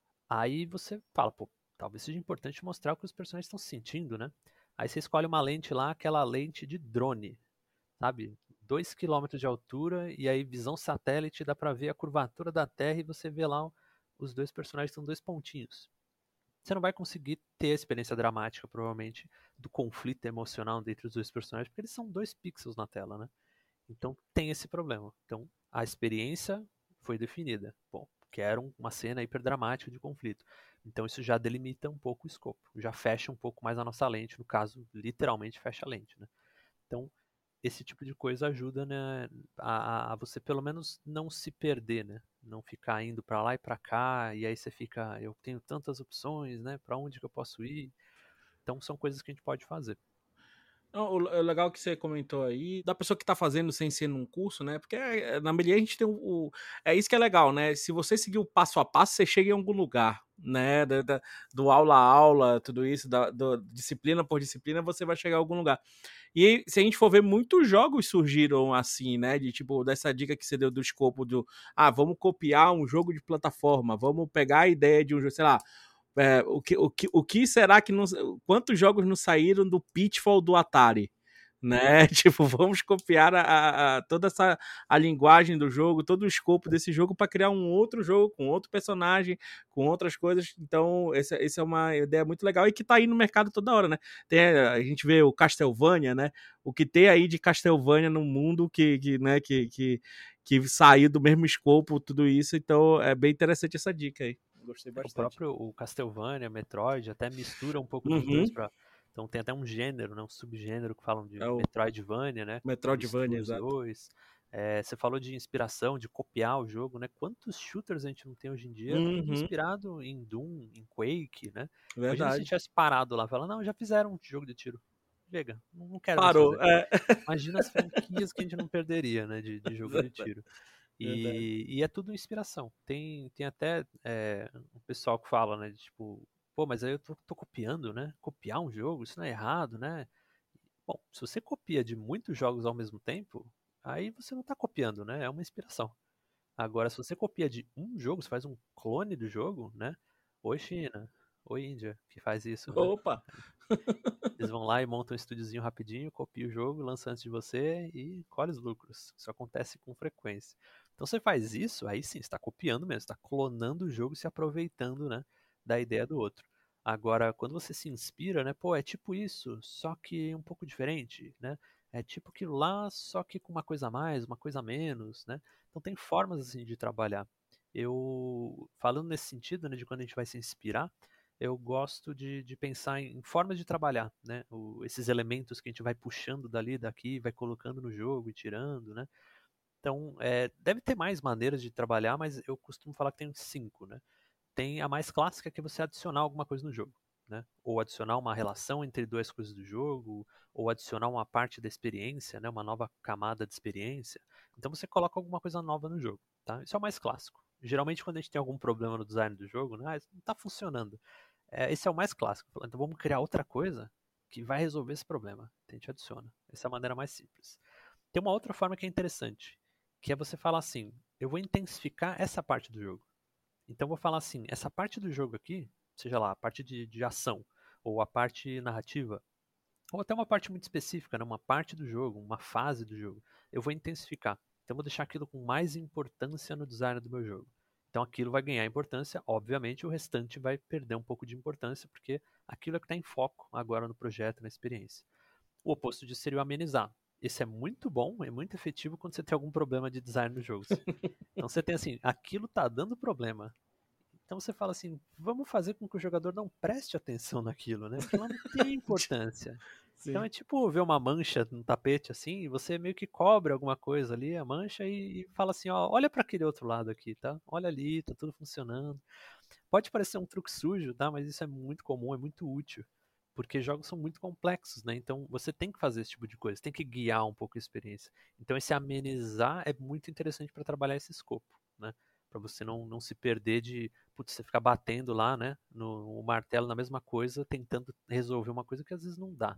Speaker 3: Aí você fala, pô, talvez seja importante mostrar o que os personagens estão sentindo, né? Aí você escolhe uma lente lá, aquela lente de drone, sabe? Dois quilômetros de altura e aí visão satélite, dá pra ver a curvatura da Terra e você vê lá os dois personagens, são dois pontinhos. Você não vai conseguir ter a experiência dramática, provavelmente, do conflito emocional entre os dois personagens, porque eles são dois pixels na tela, né? Então tem esse problema. Então a experiência foi definida. Bom, quero uma cena hiperdramática de conflito. Então isso já delimita um pouco o escopo, já fecha um pouco mais a nossa lente, no caso, literalmente fecha a lente, né? Então esse tipo de coisa ajuda, né, a, a você pelo menos não se perder, né? Não ficar indo para lá e para cá e aí você fica, eu tenho tantas opções, né? Para onde que eu posso ir? Então são coisas que a gente pode fazer.
Speaker 1: O legal que você comentou aí, da pessoa que tá fazendo sem ser num curso, né? Porque na Melier a gente tem o, o. É isso que é legal, né? Se você seguir o passo a passo, você chega em algum lugar, né? Da, da, do aula a aula, tudo isso, da, do, disciplina por disciplina, você vai chegar a algum lugar. E se a gente for ver, muitos jogos surgiram assim, né? De tipo, dessa dica que você deu do escopo do. Ah, vamos copiar um jogo de plataforma, vamos pegar a ideia de um jogo, sei lá. É, o, que, o, que, o que será que não, quantos jogos não saíram do Pitfall do Atari, né? Tipo, vamos copiar a, a, a, toda essa a linguagem do jogo, todo o escopo desse jogo para criar um outro jogo com outro personagem, com outras coisas. Então, essa, essa é uma ideia muito legal e que tá aí no mercado toda hora, né? Tem, a gente vê o Castlevania, né? O que tem aí de Castlevania no mundo que, que, né, que, que, que saiu do mesmo escopo, tudo isso. Então, é bem interessante essa dica aí. Gostei bastante.
Speaker 3: O próprio o Castlevania, Metroid, até mistura um pouco
Speaker 1: uhum.
Speaker 3: dos dois. Pra... Então tem até um gênero, né, um subgênero que falam de é Metroidvania, né?
Speaker 1: Metroidvania, exato.
Speaker 3: Os dois. É, você falou de inspiração, de copiar o jogo, né? Quantos shooters a gente não tem hoje em dia uhum. tudo inspirado em Doom, em Quake, né? Verdade. Imagina se a gente tivesse parado lá e falado, não, já fizeram um jogo de tiro. Chega, não quero
Speaker 1: Parou,
Speaker 3: mais fazer. É. Imagina as franquias que a gente não perderia, né, de, de jogo de tiro. E, e é tudo inspiração. Tem, tem até é, um pessoal que fala, né, de, tipo, pô, mas aí eu tô, tô copiando, né? Copiar um jogo, isso não é errado, né? Bom, se você copia de muitos jogos ao mesmo tempo, aí você não tá copiando, né? É uma inspiração. Agora, se você copia de um jogo, você faz um clone do jogo, né? Oi, China. Oi, Índia, que faz isso.
Speaker 1: Opa!
Speaker 3: Né? Eles vão lá e montam um estúdiozinho rapidinho, copia o jogo, lança antes de você e colhe os lucros. Isso acontece com frequência. Então você faz isso, aí sim, você está copiando mesmo, está clonando o jogo e se aproveitando, né, da ideia do outro. Agora, quando você se inspira, né, pô, é tipo isso, só que um pouco diferente, né? É tipo aquilo lá, só que com uma coisa a mais, uma coisa a menos, né? Então tem formas assim de trabalhar. Eu, falando nesse sentido, né, de quando a gente vai se inspirar, eu gosto de, de pensar em, em formas de trabalhar, né? O, esses elementos que a gente vai puxando dali, daqui, vai colocando no jogo e tirando, né? Então, é, deve ter mais maneiras de trabalhar, mas eu costumo falar que tem cinco, né? Tem a mais clássica, que é você adicionar alguma coisa no jogo, né? Ou adicionar uma relação entre duas coisas do jogo, ou adicionar uma parte da experiência, né? Uma nova camada de experiência. Então você coloca alguma coisa nova no jogo, tá? Isso é o mais clássico. Geralmente quando a gente tem algum problema no design do jogo, né? Ah, isso não está funcionando. É, esse é o mais clássico. Então vamos criar outra coisa? que vai resolver esse problema. A gente adiciona. Essa é a maneira mais simples. Tem uma outra forma que é interessante, que é você falar assim, eu vou intensificar essa parte do jogo. Então eu vou falar assim, essa parte do jogo aqui, seja lá, a parte de, de ação, ou a parte narrativa, ou até uma parte muito específica, né? Uma parte do jogo, uma fase do jogo, eu vou intensificar. Então eu vou deixar aquilo com mais importância no design do meu jogo. Então aquilo vai ganhar importância, obviamente o restante vai perder um pouco de importância, porque aquilo é que está em foco agora no projeto, na experiência. O oposto disso seria o amenizar. Esse é muito bom, é muito efetivo quando você tem algum problema de design no jogo. Então você tem assim, aquilo tá dando problema. Então você fala assim, vamos fazer com que o jogador não preste atenção naquilo, né? Porque ela não tem importância. Sim. Então é tipo ver uma mancha no tapete assim, e você meio que cobre alguma coisa ali, a mancha, e, e fala assim, ó, olha para aquele outro lado aqui, tá? Olha ali, tá tudo funcionando. Pode parecer um truque sujo, tá? Mas isso é muito comum, é muito útil. Porque jogos são muito complexos, né? Então você tem que fazer esse tipo de coisa, tem que guiar um pouco a experiência. Então esse amenizar é muito interessante para trabalhar esse escopo, né? Para você não, não se perder de, putz, você ficar batendo lá, né, no, no martelo na mesma coisa, tentando resolver uma coisa que às vezes não dá.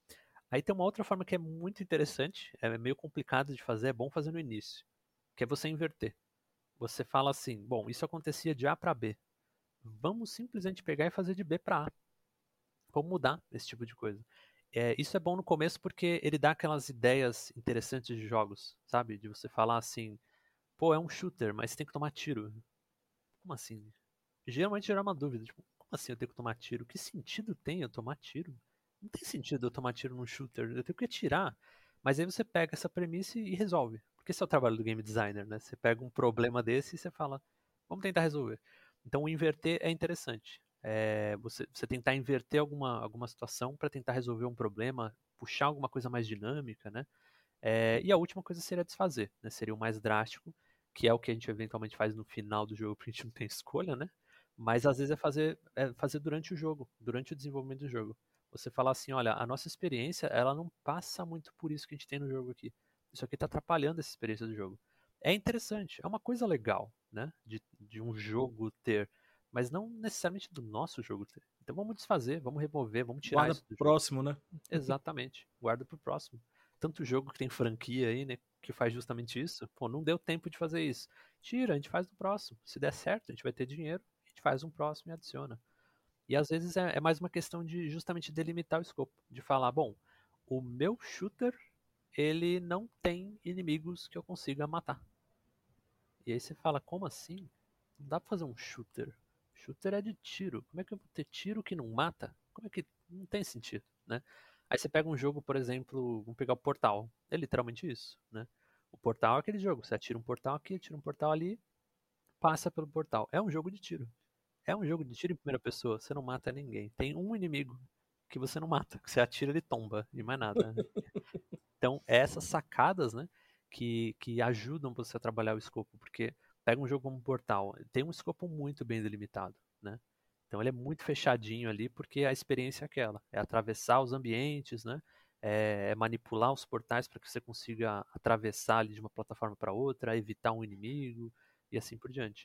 Speaker 3: Aí tem uma outra forma que é muito interessante, é meio complicado de fazer, é bom fazer no início, que é você inverter. Você fala assim, bom, isso acontecia de A para B. Vamos simplesmente pegar e fazer de B para A. Vamos mudar esse tipo de coisa. É, isso é bom no começo porque ele dá aquelas ideias interessantes de jogos, sabe? De você falar assim, pô, é um shooter, mas você tem que tomar tiro. Como assim? Geralmente gera uma dúvida, tipo, como assim eu tenho que tomar tiro? Que sentido tem eu tomar tiro? Não tem sentido eu tomar tiro num shooter, eu tenho que atirar. Mas aí você pega essa premissa e resolve. Porque esse é o trabalho do game designer, né? Você pega um problema desse e você fala, vamos tentar resolver. Então o inverter é interessante. É você, você tentar inverter alguma, alguma situação para tentar resolver um problema, puxar alguma coisa mais dinâmica, né? É, e a última coisa seria desfazer, né? Seria o mais drástico, que é o que a gente eventualmente faz no final do jogo, porque a gente não tem escolha, né? Mas às vezes é fazer, é fazer durante o jogo, durante o desenvolvimento do jogo. Você falar assim, olha, a nossa experiência, ela não passa muito por isso que a gente tem no jogo aqui. Isso aqui está atrapalhando essa experiência do jogo. É interessante, é uma coisa legal, né? De, de um jogo ter, mas não necessariamente do nosso jogo ter. Então vamos desfazer, vamos remover, vamos tirar
Speaker 1: Guarda
Speaker 3: isso do
Speaker 1: próximo,
Speaker 3: jogo.
Speaker 1: Né?
Speaker 3: Exatamente, guarda pro próximo. Tanto jogo que tem franquia aí, né, que faz justamente isso. Pô, não deu tempo de fazer isso. Tira, a gente faz no próximo. Se der certo, a gente vai ter dinheiro, a gente faz um próximo e adiciona. E às vezes é, é mais uma questão de justamente delimitar o escopo. De falar, bom, o meu shooter, ele não tem inimigos que eu consiga matar. E aí você fala, como assim? Não dá pra fazer um shooter. Shooter é de tiro. Como é que eu vou ter tiro que não mata? Como é que... Não tem sentido, né? Aí você pega um jogo, por exemplo, vamos pegar o Portal. É literalmente isso, né? O Portal é aquele jogo. Você atira um portal aqui, atira um portal ali, passa pelo portal. É um jogo de tiro. É um jogo de tiro em primeira pessoa. Você não mata ninguém. Tem um inimigo que você não mata. Que você atira, ele tomba. E mais nada. Né? Então, é essas sacadas, né? Que, que ajudam você a trabalhar o escopo. Porque pega um jogo como Portal. Tem um escopo muito bem delimitado, né? Então ele é muito fechadinho ali, porque a experiência é aquela, é atravessar os ambientes, né? É manipular os portais para que você consiga atravessar ali de uma plataforma para outra, evitar um inimigo e assim por diante.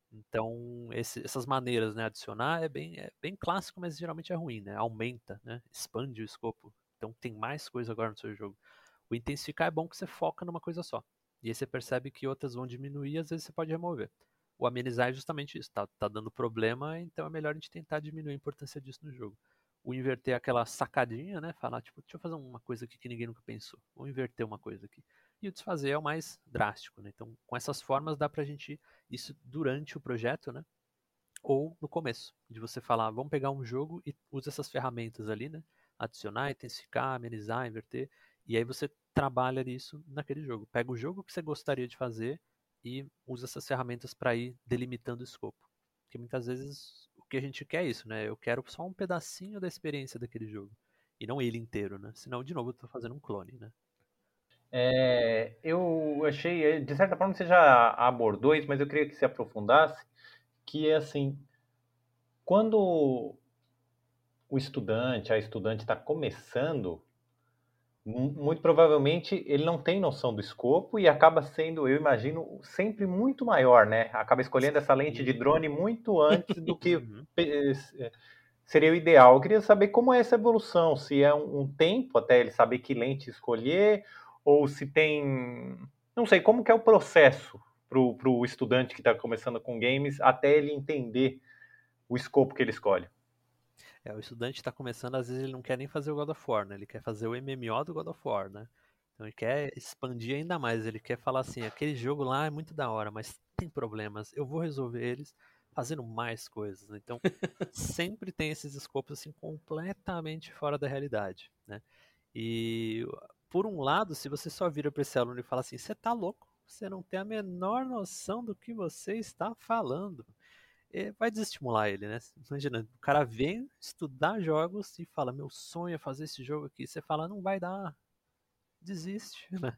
Speaker 3: Então esse, essas maneiras, né, adicionar é bem, é bem clássico, mas geralmente é ruim, né? Aumenta, né? Expande o escopo. Então tem mais coisa agora no seu jogo. O intensificar é bom que você foca numa coisa só. E aí você percebe que outras vão diminuir e às vezes você pode remover. O amenizar é justamente isso, tá, tá dando problema, então é melhor a gente tentar diminuir a importância disso no jogo. O inverter é aquela sacadinha, né? Falar, tipo, deixa eu fazer uma coisa aqui que ninguém nunca pensou. Vou inverter uma coisa aqui. E o desfazer é o mais drástico, né? Então, com essas formas dá pra gente ir isso durante o projeto, né? Ou no começo, de você falar, vamos pegar um jogo e usa essas ferramentas ali, né? Adicionar, intensificar, amenizar, inverter. E aí você trabalha isso naquele jogo. Pega o jogo que você gostaria de fazer e usa essas ferramentas para ir delimitando o escopo. Porque muitas vezes o que a gente quer é isso, né? Eu quero só um pedacinho da experiência daquele jogo. E não ele inteiro, né? Senão, de novo, eu tô fazendo um clone, né?
Speaker 2: É, eu achei, de certa forma você já abordou isso, mas eu queria que você aprofundasse, que é assim, quando o estudante, a estudante está começando, muito provavelmente ele não tem noção do escopo e acaba sendo, eu imagino, sempre muito maior, né? Acaba escolhendo essa lente de drone muito antes do que seria o ideal. Eu queria saber como é essa evolução, se é um, um tempo até ele saber que lente escolher, ou se tem... Não sei, como que é o processo para o estudante que está começando com games até ele entender o escopo que ele escolhe.
Speaker 3: É, o estudante está começando, às vezes ele não quer nem fazer o God of War, né? Ele quer fazer o M M O do God of War, né? Então ele quer expandir ainda mais, ele quer falar assim, aquele jogo lá é muito da hora, mas tem problemas, eu vou resolver eles fazendo mais coisas, né? Então sempre tem esses escopos assim completamente fora da realidade, né? E por um lado, se você só vira para esse aluno e fala assim, você tá louco, você não tem a menor noção do que você está falando, vai desestimular ele, né? Imagina, o cara vem estudar jogos e fala, meu sonho é fazer esse jogo aqui. Você fala, não vai dar, desiste, né?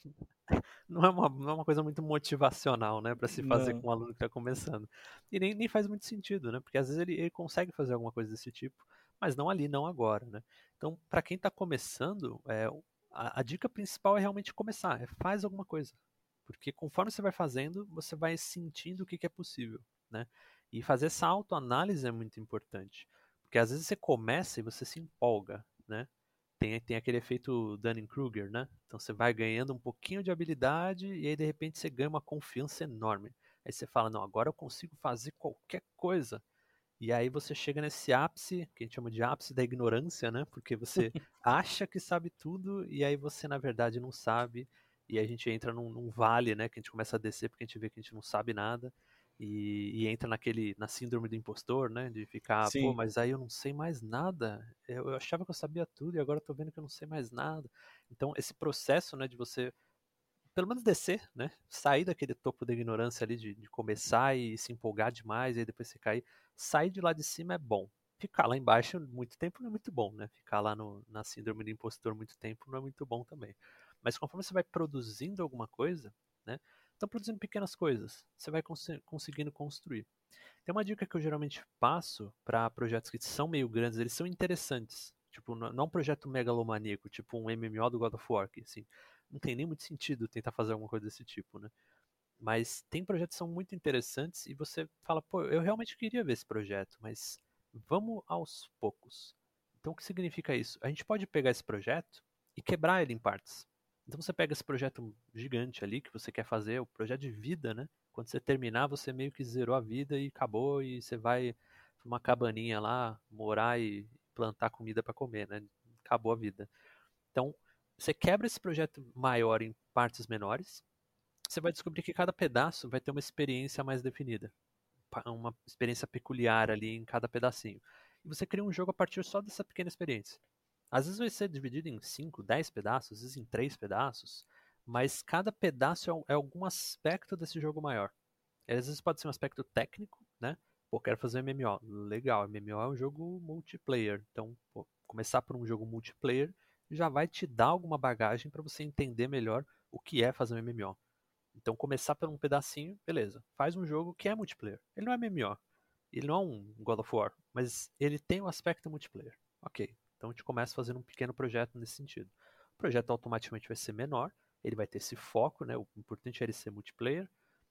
Speaker 3: Não é uma, não é uma coisa muito motivacional, né, para se fazer
Speaker 1: Não.
Speaker 3: com um aluno que está começando. E nem, nem faz muito sentido, né? Porque às vezes ele, ele consegue fazer alguma coisa desse tipo, mas não ali, não agora, né? Então, para quem está começando, é, a, a dica principal é realmente começar, é faz alguma coisa. Porque conforme você vai fazendo, você vai sentindo o que, que é possível, né? E fazer essa autoanálise é muito importante. Porque às vezes você começa e você se empolga, né? Tem, tem aquele efeito Dunning-Kruger, né? Então você vai ganhando um pouquinho de habilidade e aí de repente você ganha uma confiança enorme. Aí você fala, não, agora eu consigo fazer qualquer coisa. E aí você chega nesse ápice, que a gente chama de ápice da ignorância, né? Porque você acha que sabe tudo e aí você na verdade não sabe. E aí a gente entra num, num vale, né? Que a gente começa a descer porque a gente vê que a gente não sabe nada. E, e entra naquele, na síndrome do impostor, né? De ficar, pô,
Speaker 1: Sim.
Speaker 3: mas aí eu não sei mais nada. Eu, eu achava que eu sabia tudo e agora eu tô vendo que eu não sei mais nada. Então esse processo, né? De você pelo menos descer, né? Sair daquele topo da ignorância ali de, de começar e se empolgar demais e aí depois você cair. Sair de lá de cima é bom. Ficar lá embaixo muito tempo não é muito bom, né? Ficar lá no, na síndrome do impostor muito tempo não é muito bom também. Mas conforme você vai produzindo alguma coisa, né? Então produzindo pequenas coisas, você vai cons conseguindo construir. Tem uma dica que eu geralmente passo para projetos que são meio grandes, eles são interessantes. Tipo, não é um projeto megalomaníaco, tipo um M M O do God of War, que assim, não tem nem muito sentido tentar fazer alguma coisa desse tipo, né? Mas tem projetos que são muito interessantes e você fala, pô, eu realmente queria ver esse projeto, mas vamos aos poucos. Então o que significa isso? A gente pode pegar esse projeto e quebrar ele em partes. Então você pega esse projeto gigante ali que você quer fazer, o projeto de vida, né? Quando você terminar, você meio que zerou a vida e acabou e você vai pra uma cabaninha lá, morar e plantar comida para comer, né? Acabou a vida. Então, você quebra esse projeto maior em partes menores, você vai descobrir que cada pedaço vai ter uma experiência mais definida, uma experiência peculiar ali em cada pedacinho. E você cria um jogo a partir só dessa pequena experiência. Às vezes vai ser dividido em cinco, dez pedaços, às vezes em três pedaços, mas cada pedaço é algum aspecto desse jogo maior. Às vezes pode ser um aspecto técnico, né? Pô, quero fazer um M M O. Legal, M M O é um jogo multiplayer. Então, pô, começar por um jogo multiplayer já vai te dar alguma bagagem para você entender melhor o que é fazer um M M O. Então, começar por um pedacinho, beleza. Faz um jogo que é multiplayer. Ele não é M M O. Ele não é um God of War, mas ele tem um aspecto multiplayer. Ok. Então a gente começa fazendo um pequeno projeto nesse sentido. O projeto automaticamente vai ser menor, ele vai ter esse foco, né? O importante é ele ser multiplayer,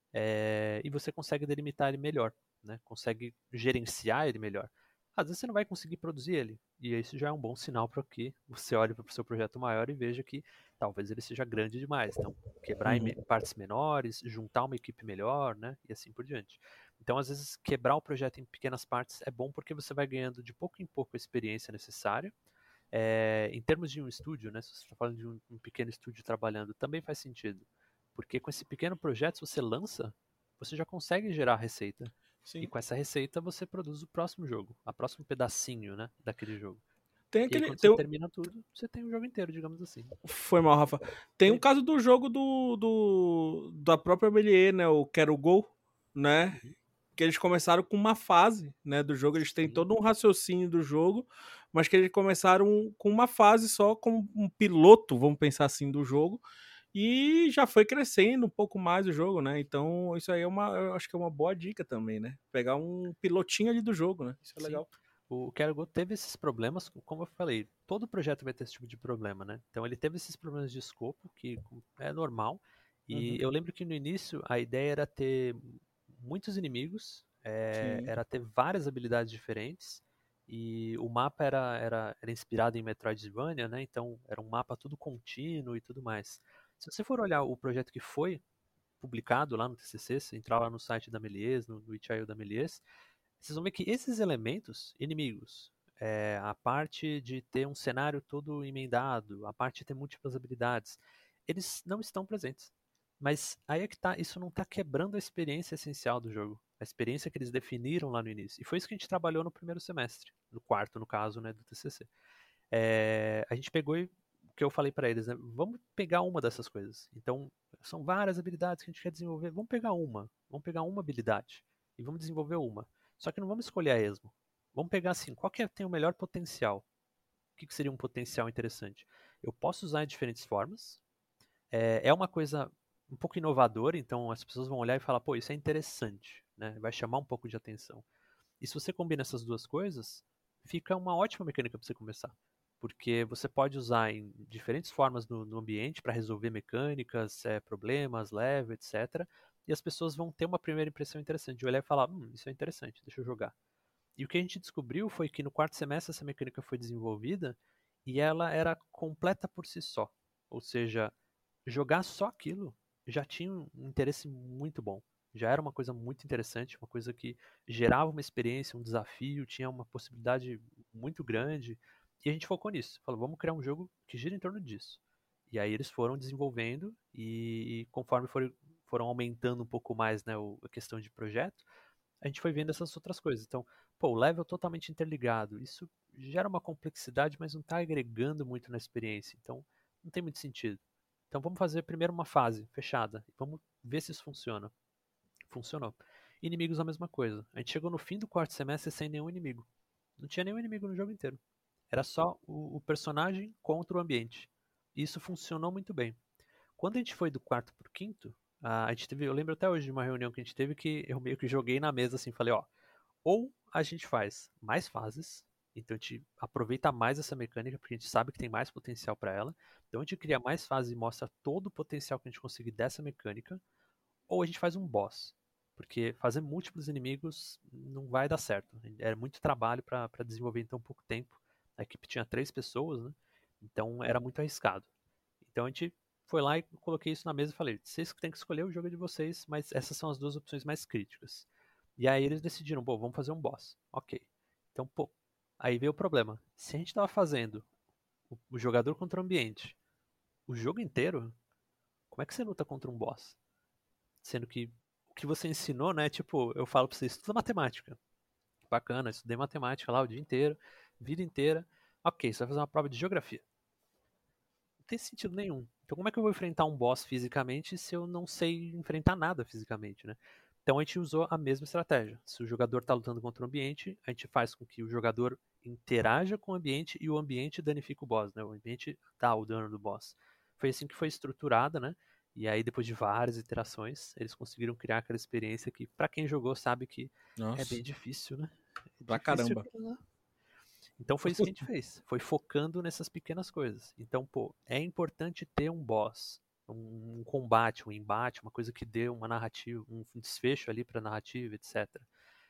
Speaker 3: é... e você consegue delimitar ele melhor, né? Consegue gerenciar ele melhor. Às vezes você não vai conseguir produzir ele, e isso já é um bom sinal para que você olhe para o seu projeto maior e veja que talvez ele seja grande demais. Então, quebrar
Speaker 1: Uhum.
Speaker 3: em partes menores, juntar uma equipe melhor, né? E assim por diante. Então, às vezes, quebrar o projeto em pequenas partes é bom porque você vai ganhando de pouco em pouco a experiência necessária. É, em termos de um estúdio, né? Se você está falando de um, um pequeno estúdio trabalhando, também faz sentido. Porque com esse pequeno projeto, se você lança, você já consegue gerar receita.
Speaker 1: Sim.
Speaker 3: E com essa receita você produz o próximo jogo, a próximo pedacinho, né, daquele jogo.
Speaker 1: Tem
Speaker 3: e
Speaker 1: aquele,
Speaker 3: aí quando
Speaker 1: tem
Speaker 3: você
Speaker 1: o...
Speaker 3: termina tudo, você tem o jogo inteiro, digamos assim.
Speaker 1: Foi mal, Rafa. Tem um caso do jogo do, do da própria Melie, né, o Quero Gol, né,
Speaker 3: Uhum.
Speaker 1: que eles começaram com uma fase, né, do jogo, eles têm
Speaker 3: Sim.
Speaker 1: todo um raciocínio do jogo, mas que eles começaram com uma fase só, como um piloto, vamos pensar assim, do jogo, e já foi crescendo um pouco mais o jogo, né, então isso aí é uma, eu acho que é uma boa dica também, né, pegar um pilotinho ali do jogo, né, isso é
Speaker 3: Sim.
Speaker 1: legal.
Speaker 3: O Quero Gol teve esses problemas, como eu falei, todo projeto vai ter esse tipo de problema, né? Então ele teve esses problemas de escopo, que é normal, e
Speaker 1: Uhum.
Speaker 3: eu lembro que no início a ideia era ter muitos inimigos, é, era ter várias habilidades diferentes, e o mapa era, era, era inspirado em Metroidvania, né? Então era um mapa tudo contínuo e tudo mais. Se você for olhar o projeto que foi publicado lá no T C C, se entrar lá no site da Méliès, no, no itch ponto i o da Méliès, vocês vão ver que esses elementos, inimigos, é, a parte de ter um cenário todo emendado, a parte de ter múltiplas habilidades, eles não estão presentes. Mas aí é que tá, isso não está quebrando a experiência essencial do jogo, a experiência que eles definiram lá no início. E foi isso que a gente trabalhou no primeiro semestre, no quarto, no caso, né, do T C C. É, a gente pegou e o que eu falei para eles, né, vamos pegar uma dessas coisas. Então, são várias habilidades que a gente quer desenvolver, vamos pegar uma, vamos pegar uma habilidade e vamos desenvolver uma. Só que não vamos escolher a esmo. Vamos pegar assim, qual que é, tem o melhor potencial? O que, que seria um potencial interessante? Eu posso usar de diferentes formas. É, é uma coisa um pouco inovadora, então as pessoas vão olhar e falar, pô, isso é interessante, né? Vai chamar um pouco de atenção. E se você combina essas duas coisas, fica uma ótima mecânica para você começar. Porque você pode usar em diferentes formas no, no ambiente para resolver mecânicas, é, problemas, level, etcétera. E as pessoas vão ter uma primeira impressão interessante de olhar e falar, hum, isso é interessante, deixa eu jogar. E o que a gente descobriu foi que no quarto semestre essa mecânica foi desenvolvida e ela era completa por si só. Ou seja, jogar só aquilo já tinha um interesse muito bom. Já era uma coisa muito interessante, uma coisa que gerava uma experiência, um desafio, tinha uma possibilidade muito grande. E a gente focou nisso. Falou, vamos criar um jogo que gira em torno disso. E aí eles foram desenvolvendo e, e conforme foram, foram aumentando um pouco mais, né, a questão de projeto, a gente foi vendo essas outras coisas. Então, pô, o level totalmente interligado, isso gera uma complexidade, mas não está agregando muito na experiência. Então, não tem muito sentido. Então, vamos fazer primeiro uma fase fechada. Vamos ver se isso funciona. Funcionou. Inimigos, a mesma coisa. A gente chegou no fim do quarto semestre sem nenhum inimigo. Não tinha nenhum inimigo no jogo inteiro. Era só o, o personagem contra o ambiente. E isso funcionou muito bem. Quando a gente foi do quarto pro quinto, a gente teve, eu lembro até hoje de uma reunião que a gente teve que eu meio que joguei na mesa assim, falei, ó, ou a gente faz mais fases, então a gente aproveita mais essa mecânica porque a gente sabe que tem mais potencial para ela. Então a gente cria mais fases e mostra todo o potencial que a gente conseguir dessa mecânica, ou a gente faz um boss. Porque fazer múltiplos inimigos não vai dar certo. Era muito trabalho para desenvolver em tão pouco tempo. A equipe tinha três pessoas, né? Então era muito arriscado. Então a gente foi lá e coloquei isso na mesa e falei: vocês que têm que escolher o jogo de vocês, mas essas são as duas opções mais críticas. E aí eles decidiram: pô, vamos fazer um boss. Ok. Então, pô, aí veio o problema. Se a gente tava fazendo o, o jogador contra o ambiente o jogo inteiro, como é que você luta contra um boss? Sendo que o que você ensinou, né? Tipo, eu falo pra você: estuda matemática. Bacana, estudei matemática lá o dia inteiro, vida inteira. Ok, você vai fazer uma prova de geografia. Não tem sentido nenhum. Então como é que eu vou enfrentar um boss fisicamente se eu não sei enfrentar nada fisicamente, né? Então a gente usou a mesma estratégia. Se o jogador está lutando contra o ambiente, a gente faz com que o jogador interaja com o ambiente e o ambiente danifica o boss, né? O ambiente dá o dano do boss. Foi assim que foi estruturada, né? E aí depois de várias iterações, eles conseguiram criar aquela experiência que para quem jogou sabe que Nossa. É bem difícil, né? É
Speaker 1: pra
Speaker 3: difícil
Speaker 1: caramba.
Speaker 3: Aquilo, né? Então foi isso que a gente fez, foi focando nessas pequenas coisas. Então, pô, é importante ter um boss, um, um combate, um embate, uma coisa que dê uma narrativa, um desfecho ali pra narrativa, etcétera.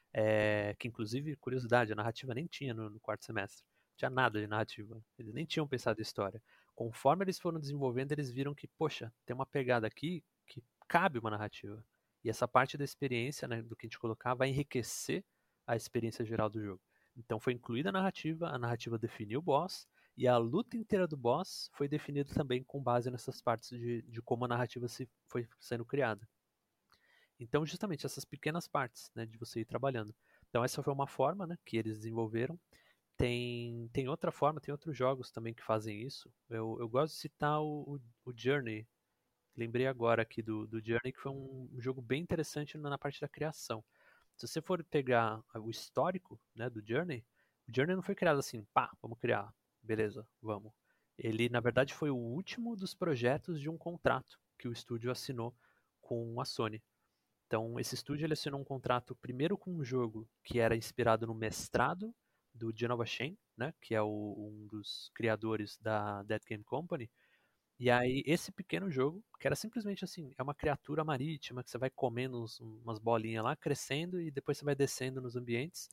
Speaker 3: É, que inclusive, curiosidade, a narrativa nem tinha no, no quarto semestre. Não tinha nada de narrativa. Eles nem tinham pensado em história. Conforme eles foram desenvolvendo, eles viram que, poxa, tem uma pegada aqui que cabe uma narrativa. E essa parte da experiência, né, do que a gente colocar, vai enriquecer a experiência geral do jogo. Então foi incluída a narrativa, a narrativa definiu o boss, e a luta inteira do boss foi definida também com base nessas partes de, de como a narrativa se, foi sendo criada. Então, justamente essas pequenas partes, né, de você ir trabalhando. Então, essa foi uma forma, né, que eles desenvolveram. Tem, tem outra forma, tem outros jogos também que fazem isso. Eu, eu gosto de citar o, o, o Journey. Lembrei agora aqui do, do Journey, que foi um jogo bem interessante na parte da criação. Se você for pegar o histórico, né, do Journey, o Journey não foi criado assim, pá, vamos criar, beleza, vamos. Ele, na verdade, foi o último dos projetos de um contrato que o estúdio assinou com a Sony. Então, esse estúdio ele assinou um contrato primeiro com um jogo que era inspirado no mestrado do Genova Shen, né, que é o, um dos criadores da Dead Game Company. E aí, esse pequeno jogo, que era simplesmente assim, é uma criatura marítima que você vai comendo uns, umas bolinhas lá, crescendo, e depois você vai descendo nos ambientes,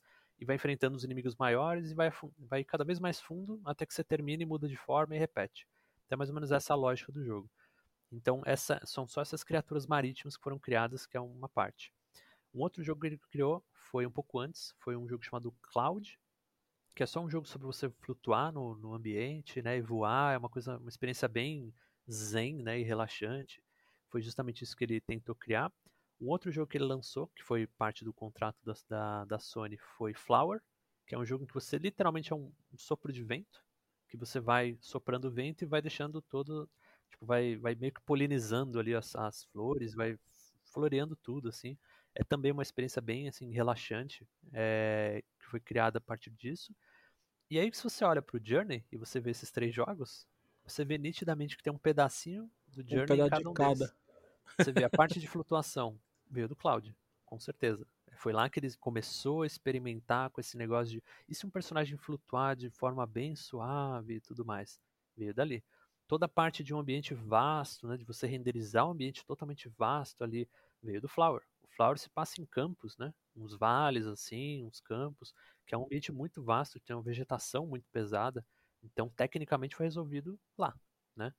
Speaker 3: e vai enfrentando os inimigos maiores e vai, vai cada vez mais fundo até que você termina e muda de forma e repete. Então é mais ou menos essa a lógica do jogo. Então essa, são só essas criaturas marítimas que foram criadas, que é uma parte. Um outro jogo que ele criou foi um pouco antes, foi um jogo chamado Cloud, que é só um jogo sobre você flutuar no, no ambiente, né, e voar, é uma coisa, uma experiência bem zen, né, e relaxante. Foi justamente isso que ele tentou criar. Um outro jogo que ele lançou, que foi parte do contrato da, da, da Sony, foi Flower, que é um jogo em que você literalmente é um, um sopro de vento, que você vai soprando vento e vai deixando todo, tipo, vai, vai meio que polinizando ali as, as flores, vai floreando tudo, assim. É também uma experiência bem, assim, relaxante, é, que foi criada a partir disso. E aí, se você olha pro Journey e você vê esses três jogos, você vê nitidamente que tem um pedacinho do Journey
Speaker 1: um
Speaker 3: em cada um
Speaker 1: de cada.
Speaker 3: deles. Você vê a parte de flutuação, veio do Cloud, com certeza. Foi lá que ele começou a experimentar com esse negócio de e se um personagem flutuar de forma bem suave e tudo mais. Veio dali. Toda a parte de um ambiente vasto, né, de você renderizar um ambiente totalmente vasto ali, veio do Flower. O Flower se passa em campos, né? Uns vales assim, uns campos, que é um ambiente muito vasto, tem uma vegetação muito pesada. Então, tecnicamente foi resolvido lá, né?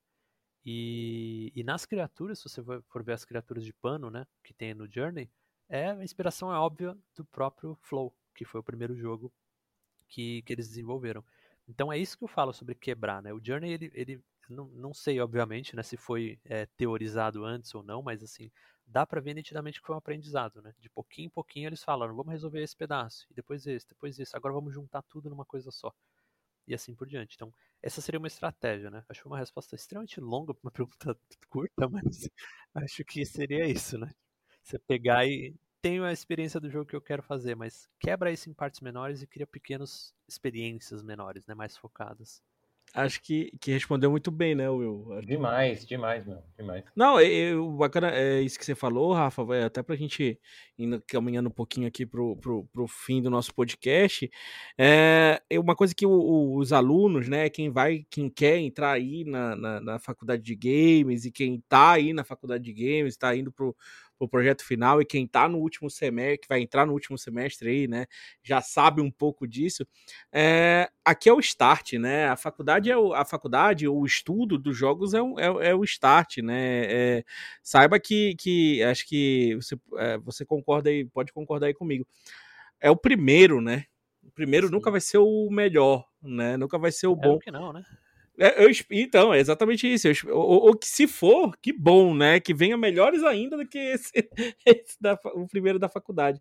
Speaker 3: E, e nas criaturas, se você for ver as criaturas de pano, né, que tem no Journey, é, a inspiração é óbvia do próprio Flow, que foi o primeiro jogo que, que eles desenvolveram. Então é isso que eu falo sobre quebrar, né? O Journey, ele, ele não, não sei, obviamente, né, se foi é, teorizado antes ou não, mas assim, dá pra ver nitidamente que foi um aprendizado, né? De pouquinho em pouquinho eles falaram, vamos resolver esse pedaço, e depois esse, depois esse, agora vamos juntar tudo numa coisa só. E assim por diante. Então, essa seria uma estratégia, né? Acho uma resposta extremamente longa para uma pergunta curta, mas acho que seria isso, né? Você pegar e tenho a experiência do jogo que eu quero fazer, mas quebra isso em partes menores e cria pequenas experiências menores, né? Mais focadas.
Speaker 1: Acho que, que respondeu muito bem, né, Will? Acho
Speaker 2: demais, que... demais, meu, demais.
Speaker 1: Não, eu, bacana é isso que você falou, Rafa, vai até pra gente ir caminhando um pouquinho aqui pro, pro, pro fim do nosso podcast. É uma coisa que o, o, os alunos, né, quem vai, quem quer entrar aí na, na, na faculdade de games e quem tá aí na faculdade de games, tá indo pro, pro projeto final e quem tá no último semestre, que vai entrar no último semestre aí, né, já sabe um pouco disso. É, aqui é o start, né? A faculdade é o, a faculdade, o estudo dos jogos é o, é, é o start, né? É, saiba que, que acho que você, é, você concorda aí, pode concordar aí comigo. É o primeiro, né? O primeiro Sim. nunca vai ser o melhor, né? Nunca vai ser o bom.
Speaker 3: É que não, né?
Speaker 1: É, eu, então, é exatamente isso. Eu, ou, ou que se for, que bom, né? Que venha melhores ainda do que esse, esse da, o primeiro da faculdade.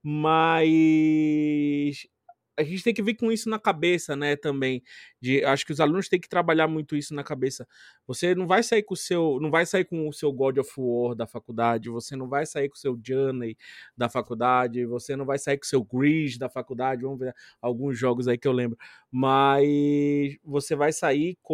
Speaker 1: Mas a gente tem que vir com isso na cabeça, né, também. De, acho que os alunos têm que trabalhar muito isso na cabeça. Você não vai sair com o seu, não vai sair com o seu God of War da faculdade, você não vai sair com o seu Journey da faculdade, você não vai sair com o seu Gris da faculdade, vamos ver alguns jogos aí que eu lembro, mas você vai sair com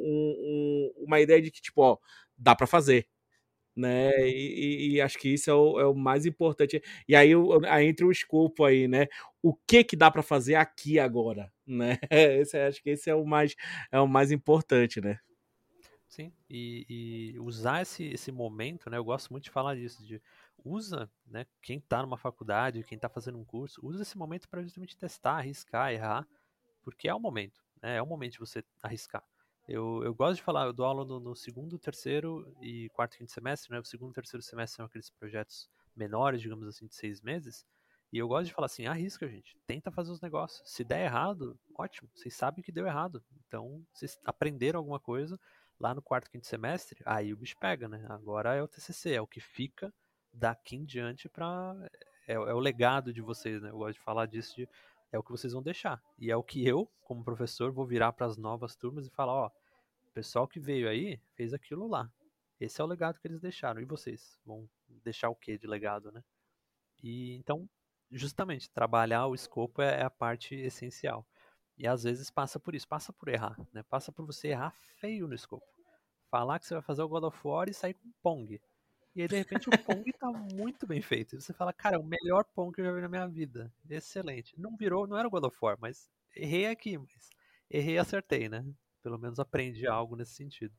Speaker 1: um, um, uma ideia de que, tipo, ó, dá para fazer. Né? E, e, e acho que isso é o, é o mais importante. E aí, aí entra o escopo aí, né? O que que dá para fazer aqui agora, né? Esse, acho que esse é o mais, é o mais importante, né?
Speaker 3: Sim, e, e usar esse, esse momento, né? Eu gosto muito de falar disso, de usa, né? Quem tá numa faculdade, quem tá fazendo um curso, usa esse momento para justamente testar, arriscar, errar, porque é o momento, né? É o momento de você arriscar. Eu, eu gosto de falar, eu dou aula no, no segundo, terceiro e quarto, quinto semestre, né? O segundo e terceiro semestre são aqueles projetos menores, digamos assim, de seis meses. E eu gosto de falar assim, arrisca, gente. Tenta fazer os negócios. Se der errado, ótimo. Vocês sabem que deu errado. Então, vocês aprenderam alguma coisa lá no quarto, quinto semestre, aí o bicho pega, né? Agora é o T C C, é o que fica daqui em diante para é, é o legado de vocês, né? Eu gosto de falar disso de é o que vocês vão deixar. E é o que eu, como professor, vou virar para as novas turmas e falar, ó, o pessoal que veio aí fez aquilo lá. Esse é o legado que eles deixaram. E vocês vão deixar o que de legado, né? E então, justamente, trabalhar o escopo é, é a parte essencial. E às vezes passa por isso, passa por errar, né? Passa por você errar feio no escopo. Falar que você vai fazer o God of War e sair com Pong. E aí, de repente, o Pong tá muito bem feito. E você fala, cara, é o melhor Pong que eu já vi na minha vida. Excelente. Não virou, não era o God of War, mas errei aqui, mas errei e acertei, né? Pelo menos aprendi algo nesse sentido.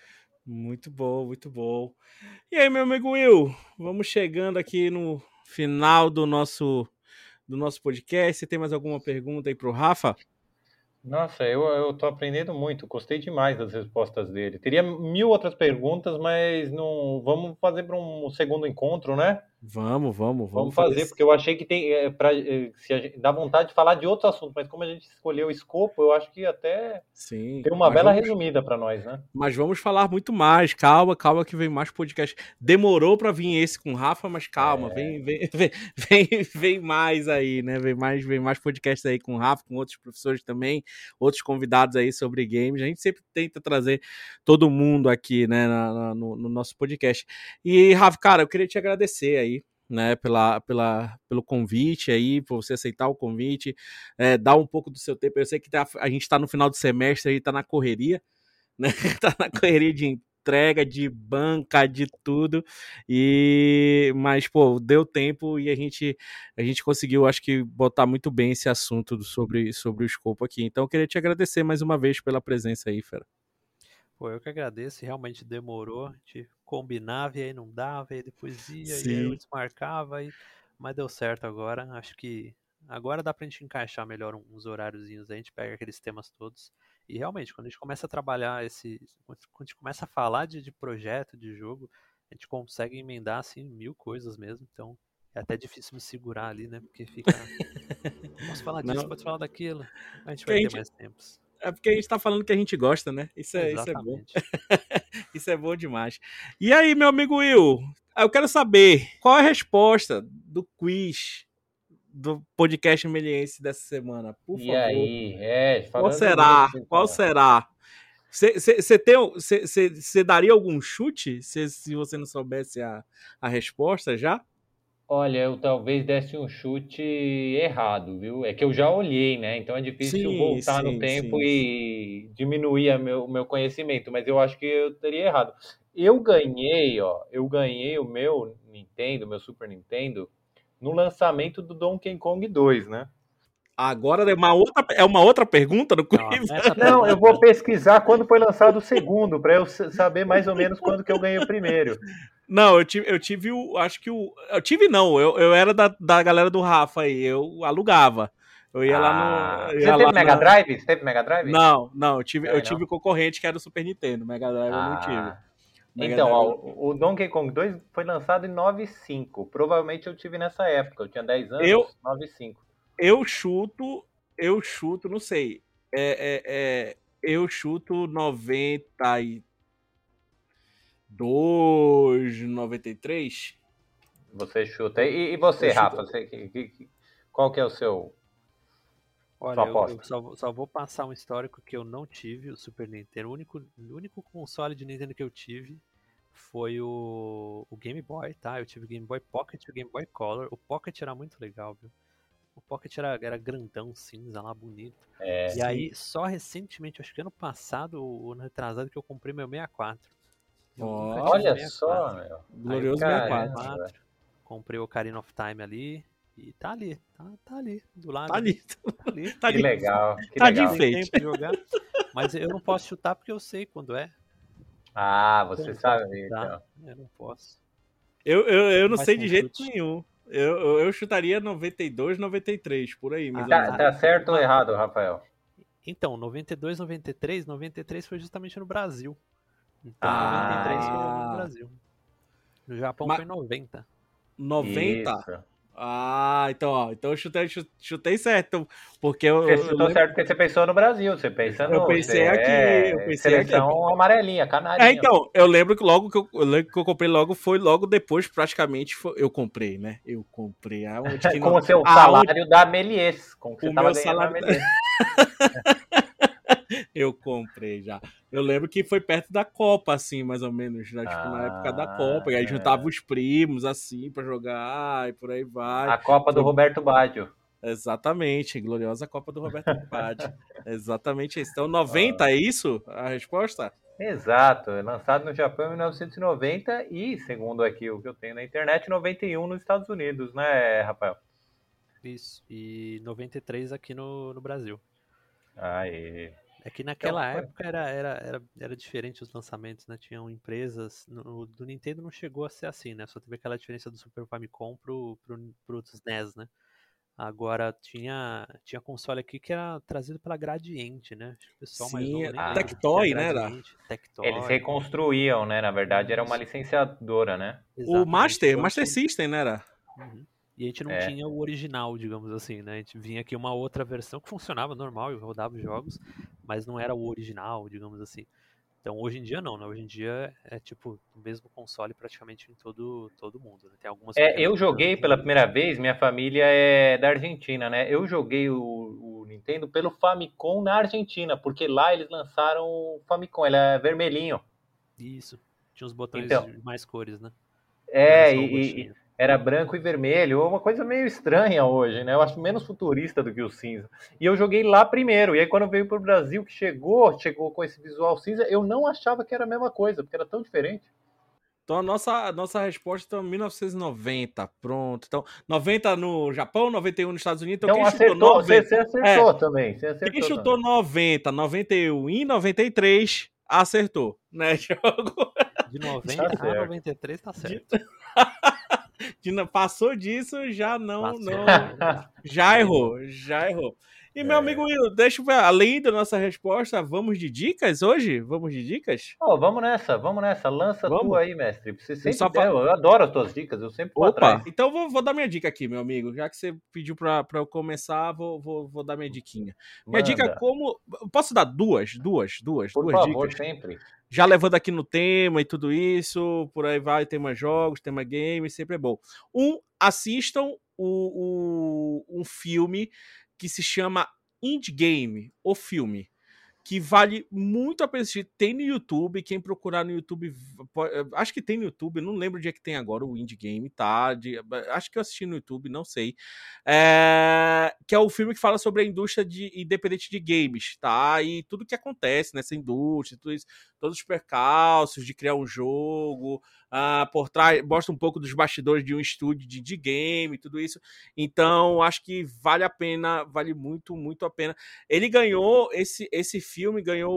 Speaker 1: Muito bom, muito bom. E aí, meu amigo Will, vamos chegando aqui no final do nosso do nosso podcast. Você tem mais alguma pergunta aí pro Rafa?
Speaker 2: Nossa, eu, eu tô aprendendo muito, gostei demais das respostas dele. Teria mil outras perguntas, mas não vamos fazer para um segundo encontro, né?
Speaker 1: Vamos, vamos, vamos,
Speaker 2: vamos fazer, fazer porque eu achei que tem é, pra, é, se a gente, dá vontade de falar de outros assuntos, mas como a gente escolheu o escopo, eu acho que até
Speaker 1: Sim,
Speaker 2: tem uma bela
Speaker 1: vamos,
Speaker 2: resumida para nós, né?
Speaker 1: Mas vamos falar muito mais, calma, calma que vem mais podcast. Demorou para vir esse com o Rafa, mas calma, é... vem, vem, vem, vem, vem mais aí, né? Vem mais, vem mais podcasts aí com o Rafa, com outros professores também, outros convidados aí sobre games. A gente sempre tenta trazer todo mundo aqui, né, na, na, no, no nosso podcast. E, Rafa, cara, eu queria te agradecer aí, né, pela, pela, pelo convite aí, por você aceitar o convite, é, dar um pouco do seu tempo. Eu sei que tá, a gente está no final do semestre aí, tá na correria, né? Tá na correria de entrega, de banca, de tudo. E mas pô, deu tempo e a gente a gente conseguiu, acho que botar muito bem esse assunto sobre sobre o escopo aqui. Então eu queria te agradecer mais uma vez pela presença aí, fera.
Speaker 3: Pô, eu que agradeço, realmente demorou, a gente combinava e aí não dava, e aí depois ia,
Speaker 1: Sim.
Speaker 3: e aí eu desmarcava, e... mas deu certo agora, acho que agora dá pra gente encaixar melhor uns horáriozinhos, a gente pega aqueles temas todos, e realmente, quando a gente começa a trabalhar esse, quando a gente começa a falar de, de projeto, de jogo, a gente consegue emendar, assim, mil coisas mesmo, então é até difícil me segurar ali, né, porque fica, posso falar disso, pode falar daquilo, a gente vai ter gente... mais tempos.
Speaker 1: É porque a gente tá falando que a gente gosta, né? Isso é, isso é bom. Isso é bom demais. E aí, meu amigo Will, eu quero saber qual é a resposta do quiz do podcast Meliense dessa semana, por
Speaker 2: e
Speaker 1: favor.
Speaker 2: E aí, é,
Speaker 1: qual será? Disso, então. Qual será? Você daria algum chute se, se você não soubesse a, a resposta já?
Speaker 2: Olha, eu talvez desse um chute errado, viu? É que eu já olhei, né? Então é difícil sim, voltar sim, no tempo sim. e diminuir o meu, meu conhecimento, mas eu acho que eu teria errado. Eu ganhei, ó, eu ganhei o meu Nintendo, meu Super Nintendo, no lançamento do Donkey Kong dois, né?
Speaker 1: Agora é uma outra, é uma outra pergunta no quiz?
Speaker 2: Não, não, eu vou pesquisar quando foi lançado o segundo, para eu saber mais ou menos quando que eu ganhei o primeiro.
Speaker 1: Não, eu tive, eu tive o. Acho que o. Eu tive, não. Eu, eu era da, da galera do Rafa aí. Eu alugava. Eu ia ah, lá no.
Speaker 2: Você teve Mega na... Drive? Você teve Mega Drive?
Speaker 1: Não, não. Eu tive, eu tive o concorrente que era o Super Nintendo. Mega Drive ah. eu não tive.
Speaker 2: Mega então, ó, o, o Donkey Kong dois foi lançado em noventa e cinco. Provavelmente eu tive nessa época. Eu tinha dez anos, eu, noventa e cinco.
Speaker 1: Eu chuto. Eu chuto, não sei. É, é, é, eu chuto noventa e dois, noventa e três.
Speaker 2: Você chuta. E, e você, eu Rafa? Você, que, que, qual que é o seu...
Speaker 3: Olha, eu, eu só, só vou passar um histórico que eu não tive, o Super Nintendo. O único, o único console de Nintendo que eu tive foi o, o Game Boy, tá? Eu tive o Game Boy Pocket e o Game Boy Color. O Pocket era muito legal, viu? O Pocket era, era grandão, cinza lá, bonito.
Speaker 2: É,
Speaker 3: e sim. aí, só recentemente, acho que ano passado, ou ano retrasado, que eu comprei meu sessenta e quatro.
Speaker 2: Eu oh, olha sessenta e quatro. Só, meu.
Speaker 1: Glorioso sessenta e quatro.
Speaker 2: Caramba.
Speaker 3: Comprei o Ocarina of Time ali. E tá ali, tá, tá ali, do lado.
Speaker 1: Tá ali.
Speaker 3: Tá ali.
Speaker 2: Tá que ali. legal. Que
Speaker 1: tá
Speaker 2: legal.
Speaker 1: de enfeite.
Speaker 3: Tempo de jogar, mas eu não posso chutar porque eu sei quando é.
Speaker 2: Ah, você
Speaker 3: então,
Speaker 2: sabe. Então.
Speaker 3: Eu não posso.
Speaker 1: Eu, eu, eu não sei de jeito chute. nenhum. Eu, eu, eu chutaria noventa e dois, noventa e três, por aí.
Speaker 2: Ah, tá, tá certo ou errado, Rafael?
Speaker 3: Então, noventa e dois, noventa e três, noventa e três foi justamente no Brasil. Então,
Speaker 2: ah,
Speaker 3: noventa e três foi no Brasil. No Japão mas... foi noventa.
Speaker 1: noventa?
Speaker 2: Isso.
Speaker 1: Ah, então, ó, então eu chutei, chutei certo, porque eu...
Speaker 2: Você chutou
Speaker 1: eu
Speaker 2: certo porque você pensou no Brasil, você pensa no...
Speaker 1: Eu pensei aqui,
Speaker 2: é,
Speaker 1: eu pensei
Speaker 2: seleção
Speaker 1: aqui.
Speaker 2: amarelinha, canarinha.
Speaker 1: É, então, eu lembro que logo que eu, eu, lembro que eu comprei logo, foi logo depois, praticamente, foi, eu comprei, né? Eu comprei. Aonde que
Speaker 2: com
Speaker 1: não,
Speaker 2: o seu salário aonde... da Melies, com que você
Speaker 1: o
Speaker 2: tava
Speaker 1: meu
Speaker 2: ganhando
Speaker 1: salário...
Speaker 2: na Melies.
Speaker 1: Eu comprei já. Eu lembro que foi perto da Copa, assim, mais ou menos, né? Tipo, ah, na época da Copa. E aí juntava os primos, assim, pra jogar, e por aí vai.
Speaker 2: A Copa do Roberto Baggio.
Speaker 1: Exatamente, gloriosa Copa do Roberto Baggio. Exatamente isso. Então, noventa ah. é isso a resposta?
Speaker 2: Exato. Lançado no Japão em mil novecentos e noventa e, segundo aqui o que eu tenho na internet, noventa e um nos Estados Unidos, né, Rafael?
Speaker 3: Isso. E noventa e três aqui no, no Brasil.
Speaker 2: Aê.
Speaker 3: É que naquela então, época era, era, era, era diferente os lançamentos, né? Tinham empresas. No, do Nintendo não chegou a ser assim, né? Só teve aquela diferença do Super Famicom pro, pro, pro S N E S, né? Agora, tinha, tinha console aqui que era trazido pela Gradiente, né? Acho que o pessoal mais
Speaker 1: Sim,
Speaker 3: novo nem
Speaker 2: ah,
Speaker 3: lembra do que que é
Speaker 1: Tectoy, né? Era?
Speaker 3: Gradiente,
Speaker 2: Eles
Speaker 3: Tectoy.
Speaker 2: reconstruíam, né? Na verdade, era uma
Speaker 3: Isso,
Speaker 2: licenciadora, né?
Speaker 1: O
Speaker 3: exatamente.
Speaker 1: Master,
Speaker 3: Então, a
Speaker 1: Master
Speaker 3: gente,
Speaker 1: System, né? Era?
Speaker 3: uhum. E a gente não
Speaker 2: É.
Speaker 3: tinha o original, digamos assim, né? A gente vinha aqui uma outra versão que funcionava normal e rodava os jogos, mas não era o original, digamos assim. Então, hoje em dia não, né? Hoje em dia é tipo o mesmo console praticamente em todo todo mundo, né? Tem algumas
Speaker 2: É,
Speaker 3: pequenas
Speaker 2: eu joguei pela
Speaker 3: mudanças.
Speaker 2: primeira vez, minha família é da Argentina, né? Eu joguei o, o Nintendo pelo Famicom na Argentina, porque lá eles lançaram o Famicom, ele é vermelhinho.
Speaker 3: Isso. Tinha os botões
Speaker 2: Então,
Speaker 3: de mais cores, né? Não era
Speaker 2: é,
Speaker 3: só o
Speaker 2: e, e
Speaker 3: roxinho.
Speaker 2: era branco e vermelho, uma coisa meio estranha hoje, né? Eu acho menos futurista do que o cinza. E eu joguei lá primeiro, e aí quando veio pro Brasil, que chegou, chegou com esse visual cinza, eu não achava que era a mesma coisa, porque era tão diferente.
Speaker 1: Então a nossa, a nossa resposta é mil novecentos e noventa. Pronto. Então, noventa no Japão, noventa e um nos Estados Unidos. Então
Speaker 2: Então
Speaker 1: quem chutou
Speaker 2: acertou, você,
Speaker 1: noventa?
Speaker 2: você
Speaker 1: É,
Speaker 2: acertou também, você
Speaker 1: quem
Speaker 2: acertou
Speaker 1: chutou
Speaker 2: também.
Speaker 1: noventa, noventa e um e noventa e três acertou, né, jogo?
Speaker 3: De
Speaker 2: Tá
Speaker 3: noventa a
Speaker 2: certo.
Speaker 3: noventa e três tá
Speaker 1: De-
Speaker 3: certo.
Speaker 1: de- passou disso, já não, não,
Speaker 3: Passou.
Speaker 1: já
Speaker 3: Errou.
Speaker 1: errou, já errou. E meu amigo
Speaker 2: É.
Speaker 1: Will, deixa eu ver, além da nossa resposta, vamos de dicas hoje? Vamos de dicas?
Speaker 2: Ó, vamos nessa, vamos nessa. Lança a
Speaker 1: Vamos?
Speaker 2: tua aí, mestre. Você
Speaker 1: Deixa eu
Speaker 2: sempre
Speaker 1: só
Speaker 2: der,
Speaker 1: fa-
Speaker 2: eu adoro as tuas dicas, eu sempre vou atrás.
Speaker 1: Opa, então vou, vou dar minha dica aqui, meu amigo. Já que você pediu pra, pra eu começar, vou, vou, vou dar minha diquinha. Minha dica é
Speaker 2: Manda,
Speaker 1: como. Posso dar duas, duas, duas,
Speaker 2: por
Speaker 1: duas
Speaker 2: favor,
Speaker 1: dicas?
Speaker 2: sempre.
Speaker 1: Já levando aqui no tema e tudo isso, por aí vai, tema jogos, tema games, sempre é bom. Um, assistam o, o, um filme que se chama Indie Game, o filme, que vale muito a pena assistir. Tem no YouTube, quem procurar no YouTube, acho que tem no YouTube, não lembro onde é que tem agora o Indie Game, tá? De, acho que eu assisti no YouTube, não sei. É, que é o filme que fala sobre a indústria de, independente de games, tá? E tudo que acontece nessa indústria, tudo isso, todos os percalços de criar um jogo, ah, por trás, mostra um pouco dos bastidores de um estúdio de, de game, tudo isso. Então, acho que vale a pena, vale muito, muito a pena. Ele ganhou, esse, esse filme ganhou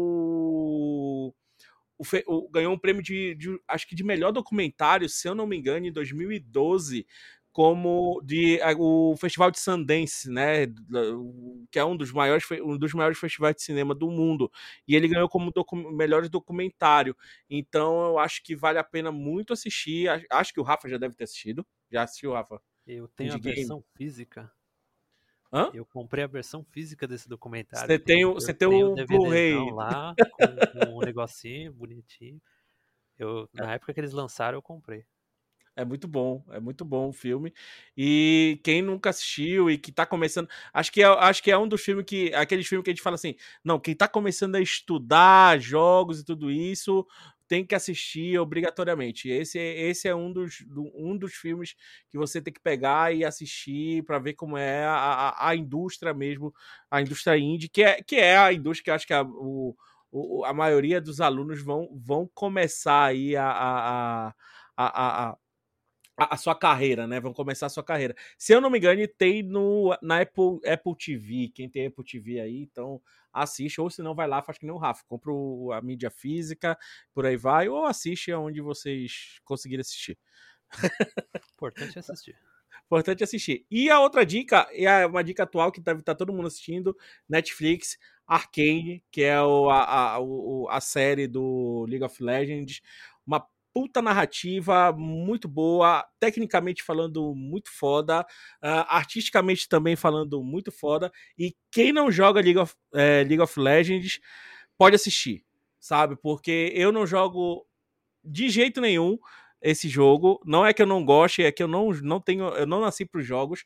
Speaker 1: o, o, o, ganhou um prêmio de, de, acho que de melhor documentário, se eu não me engano, em dois mil e doze, como de o Festival de Sundance, né, que é um dos maiores, um dos maiores festivais de cinema do mundo, e ele ganhou como docu melhor documentário. Então eu acho que vale a pena muito assistir. Acho que o Rafa já deve ter assistido. Já assistiu, Rafa?
Speaker 3: Eu tenho a
Speaker 1: Indie Game.
Speaker 3: versão física.
Speaker 1: Hã?
Speaker 3: Eu comprei a versão física desse documentário.
Speaker 1: Você tem,
Speaker 3: Tem,
Speaker 1: você
Speaker 3: eu
Speaker 1: tem
Speaker 3: tenho o
Speaker 1: o
Speaker 3: DVDzão
Speaker 1: Blu-ray.
Speaker 3: lá, com, com um negocinho bonitinho. Eu, na época que eles lançaram, eu comprei.
Speaker 1: É muito bom, é muito bom o filme. E quem nunca assistiu e que tá começando, acho que é, acho que é um dos filmes que, aqueles filmes que a gente fala assim, não, quem tá começando a estudar jogos e tudo isso, tem que assistir obrigatoriamente. Esse, esse é um dos, um dos filmes que você tem que pegar e assistir para ver como é a, a, a indústria mesmo, a indústria indie, que é, que é a indústria que eu acho que a, o, o, a maioria dos alunos vão, vão começar aí a, a, a, a, a a sua carreira, né? Vão começar a sua carreira. Se eu não me engano, tem no, na Apple, Apple T V. Quem tem Apple T V aí, então assiste. Ou se não, vai lá, faz que nem o Rafa. Compra o, a mídia física, por aí vai. Ou assiste aonde vocês conseguirem assistir.
Speaker 3: Importante é assistir.
Speaker 1: Importante assistir. E a outra dica, é uma dica atual que deve estar todo mundo assistindo, Netflix, Arcane, que é o, a, a, o, a série do League of Legends. Uma puta narrativa, muito boa, tecnicamente falando, muito foda, uh, artisticamente também falando, muito foda, e quem não joga League of, é, League of Legends pode assistir, sabe? Porque eu não jogo de jeito nenhum esse jogo, não é que eu não goste, é que eu não, não tenho, eu não nasci para os jogos,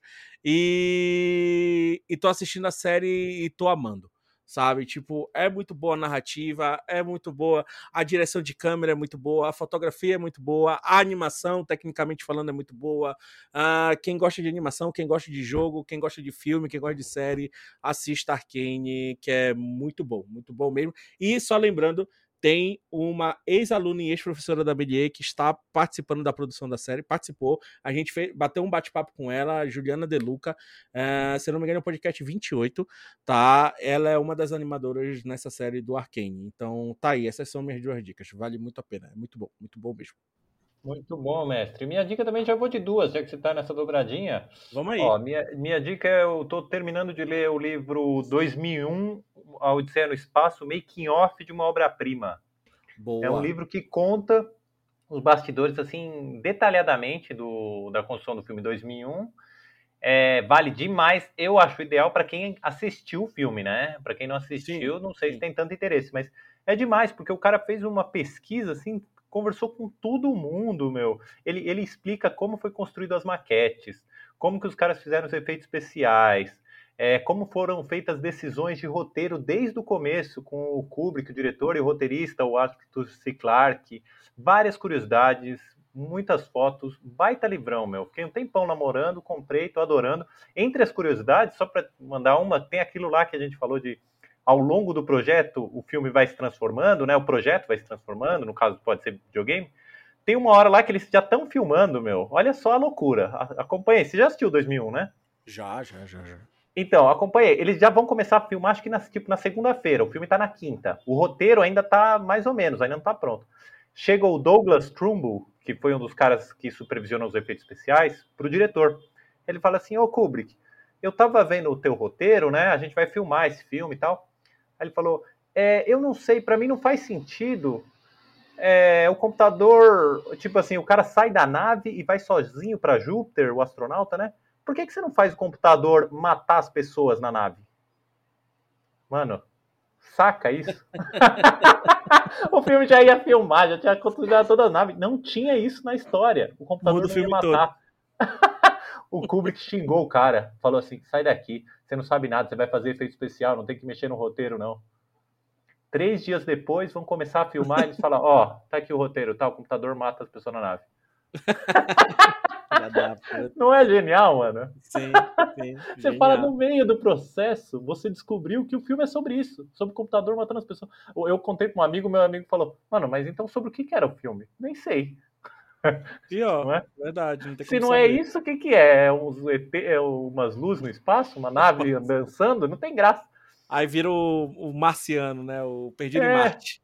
Speaker 1: e, e tô assistindo a série e tô amando. Sabe, tipo, é muito boa a narrativa, é muito boa, a direção de câmera é muito boa, a fotografia é muito boa, a animação, tecnicamente falando, é muito boa. Uh, quem gosta de animação, quem gosta de jogo, quem gosta de filme, quem gosta de série, assista Arcane, que é muito bom, muito bom mesmo. E só lembrando, tem uma ex-aluna e ex-professora da B D A que está participando da produção da série, participou, a gente fez, bateu um bate-papo com ela, Juliana De Luca, uh, se eu não me engano é o podcast vinte e oito, tá? Ela é uma das animadoras nessa série do Arcane, então tá aí, essas são minhas duas dicas, vale muito a pena, é muito bom, muito bom mesmo.
Speaker 2: Muito bom, mestre. Minha dica também já vou de duas, já que você está nessa dobradinha.
Speaker 1: Vamos aí.
Speaker 2: Ó, minha, minha dica é, eu estou terminando de ler o livro dois mil e um, A Odisseia no Espaço, Making Off de uma Obra-Prima.
Speaker 1: Boa.
Speaker 2: É um livro que conta os bastidores, assim, detalhadamente do, da construção do filme dois mil e um. É, vale demais. Eu acho ideal para quem assistiu o filme, né? Para quem não assistiu, sim, não sei sim. se tem tanto interesse, mas é demais, porque o cara fez uma pesquisa, assim, conversou com todo mundo, meu. Ele, ele explica como foi construído as maquetes, como que os caras fizeram os efeitos especiais, é, como foram feitas decisões de roteiro desde o começo, com o Kubrick, o diretor e o roteirista, o Arthur C. Clarke, várias curiosidades, muitas fotos, baita livrão, meu. Fiquei um tempão namorando, comprei, tô adorando. Entre as curiosidades, só para mandar uma, tem aquilo lá que a gente falou de ao longo do projeto, o filme vai se transformando, né? O projeto vai se transformando, no caso pode ser videogame. Tem uma hora lá que eles já estão filmando, meu. Olha só a loucura. Acompanhei. Você já assistiu dois mil e um, né?
Speaker 1: Já, já, já, já.
Speaker 2: Então, acompanhei. Eles já vão começar a filmar, acho que na, tipo, na segunda-feira. O filme tá na quinta. O roteiro ainda tá mais ou menos, ainda não tá pronto. Chega o Douglas Trumbull, que foi um dos caras que supervisionou os efeitos especiais, pro diretor. Ele fala assim, ô Kubrick, eu tava vendo o teu roteiro, né? A gente vai filmar esse filme e tal. Aí ele falou, é, eu não sei, pra mim não faz sentido é, o computador, tipo assim, o cara sai da nave e vai sozinho pra Júpiter, o astronauta, né? Por que, que você não faz o computador matar as pessoas na nave? Mano, saca isso? O filme já ia filmar, já tinha construído toda a nave. Não tinha isso na história. O computador Muda não ia matar. O Kubrick xingou o cara. Falou assim, sai daqui. Você não sabe nada, você vai fazer efeito especial, não tem que mexer no roteiro, não. Três dias depois, vão começar a filmar e eles falam, ó, oh, tá aqui o roteiro, tá? O computador mata as pessoas na nave. Não é genial, mano?
Speaker 1: Sim, sim.
Speaker 2: Você
Speaker 1: genial.
Speaker 2: fala, no meio do processo, você descobriu que o filme é sobre isso, sobre o computador matando as pessoas. Eu contei pra um amigo, meu amigo falou, mano, mas então sobre o que era o filme? Nem sei.
Speaker 1: Pior, não é? Verdade. Não tem
Speaker 2: Se
Speaker 1: como
Speaker 2: não
Speaker 1: saber.
Speaker 2: é isso, o que que é? É, uns E T, é umas luzes no espaço? Uma nave dançando? Não tem graça.
Speaker 1: Aí vira o, o marciano, né? O Perdido é. em Marte.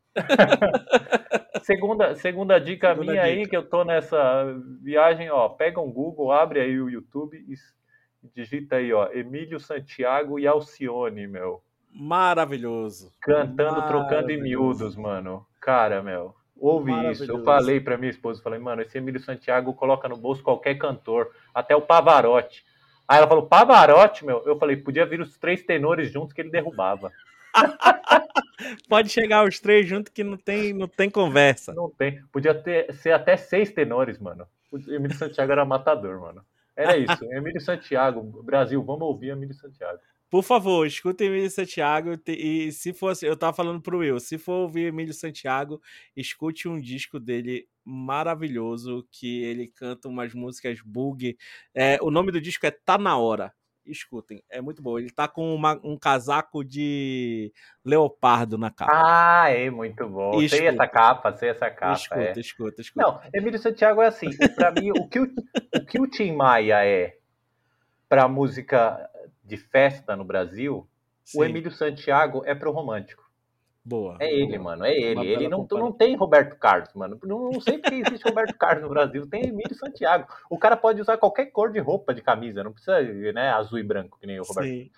Speaker 2: segunda, segunda dica segunda minha dica. aí, que eu tô nessa viagem, ó, pega um Google, abre aí o YouTube e digita aí, ó, Emílio Santiago e Alcione, meu.
Speaker 1: Maravilhoso.
Speaker 2: Cantando, Maravilhoso. Trocando em miúdos, mano. Cara, meu, ouve isso. Eu falei pra minha esposa, falei, mano, esse Emílio Santiago coloca no bolso qualquer cantor, até o Pavarotti. Aí ela falou, Pavarotti, meu? Eu falei, podia vir os três tenores juntos que ele derrubava.
Speaker 1: Pode chegar os três juntos que não tem, não tem conversa.
Speaker 2: Não tem. Podia ter, ser até seis tenores, mano. O Emílio Santiago era matador, mano. Era isso. Emílio Santiago, Brasil, vamos ouvir Emílio Santiago.
Speaker 1: Por favor, escuta Emílio Santiago. E se fosse, eu tava falando pro Will, se for ouvir Emílio Santiago, escute um disco dele maravilhoso, que ele canta umas músicas bug. É, o nome do disco é Tá Na Hora. Escutem, é muito bom. Ele tá com uma, um casaco de leopardo na capa.
Speaker 2: Ah, é muito bom. Escuta. Sei essa capa, sei essa capa.
Speaker 1: Escuta,
Speaker 2: é.
Speaker 1: escuta, escuta.
Speaker 2: Não, Emílio Santiago é assim. Pra mim, o que o, o que o Tim Maia é pra música de festa no Brasil, Sim. o Emílio Santiago é pro romântico.
Speaker 1: Boa.
Speaker 2: É ele,
Speaker 1: boa.
Speaker 2: mano, é ele. Ele não, não tem Roberto Carlos, mano. Não, não sei porque existe Roberto Carlos no Brasil. Tem Emílio Santiago. O cara pode usar qualquer cor de roupa de camisa, não precisa, né, azul e branco, que nem o Roberto.
Speaker 1: Sim.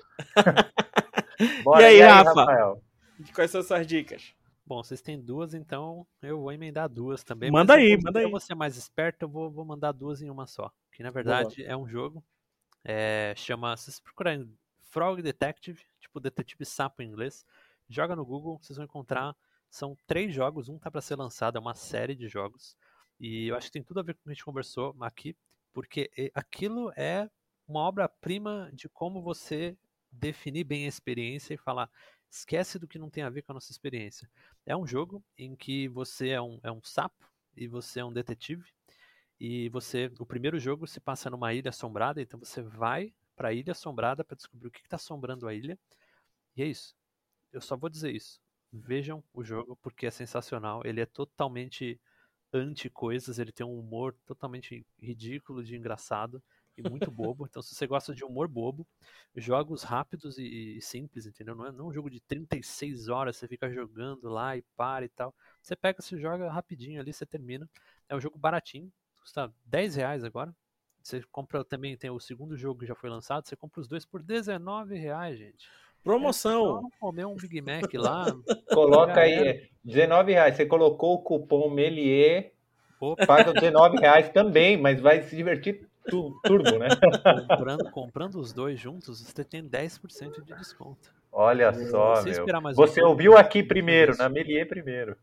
Speaker 2: Bora,
Speaker 1: e aí,
Speaker 2: e aí
Speaker 1: Rafa?
Speaker 2: Rafael?
Speaker 1: Quais são suas dicas?
Speaker 3: Bom, vocês têm duas, então eu vou emendar duas também.
Speaker 1: Manda aí,
Speaker 3: eu vou,
Speaker 1: manda
Speaker 3: eu
Speaker 1: aí.
Speaker 3: vou ser mais esperto, eu vou, vou mandar duas em uma só. Que na verdade Boa. é um jogo. É, chama, se vocês procurarem Frog Detective, tipo detetive sapo em inglês, joga no Google, vocês vão encontrar. São três jogos, um tá para ser lançado, é uma série de jogos. E eu acho que tem tudo a ver com o que a gente conversou aqui, porque aquilo é uma obra-prima de como você definir bem a experiência e falar, esquece do que não tem a ver com a nossa experiência. É um jogo em que você é um, é um sapo e você é um detetive. E você, o primeiro jogo se passa numa ilha assombrada, então você vai para a ilha assombrada para descobrir o que está assombrando a ilha. E é isso. Eu só vou dizer isso. Vejam o jogo porque é sensacional. Ele é totalmente anti-coisas, ele tem um humor totalmente ridículo de engraçado. e muito bobo. Então, se você gosta de humor bobo, jogos rápidos e, e simples, entendeu? Não é, não é um jogo de trinta e seis horas, você fica jogando lá e para e tal. Você pega, você joga rapidinho ali, você termina. É um jogo baratinho, custa dez reais agora. Você compra também, tem o segundo jogo que já foi lançado, você compra os dois por dezenove reais, gente.
Speaker 1: Promoção!
Speaker 3: É só comer um Big Mac lá.
Speaker 2: Coloca aí, dezenove reais. Você colocou o cupom Melier, paga dezenove reais também, mas vai se divertir tu, turbo, né?
Speaker 3: Comprando, comprando os dois juntos, você tem dez por cento de desconto.
Speaker 2: Olha só,
Speaker 3: você
Speaker 2: meu.
Speaker 3: Esperar mais
Speaker 2: você
Speaker 3: um
Speaker 2: ouviu
Speaker 3: pouco,
Speaker 2: aqui primeiro, na Melier primeiro.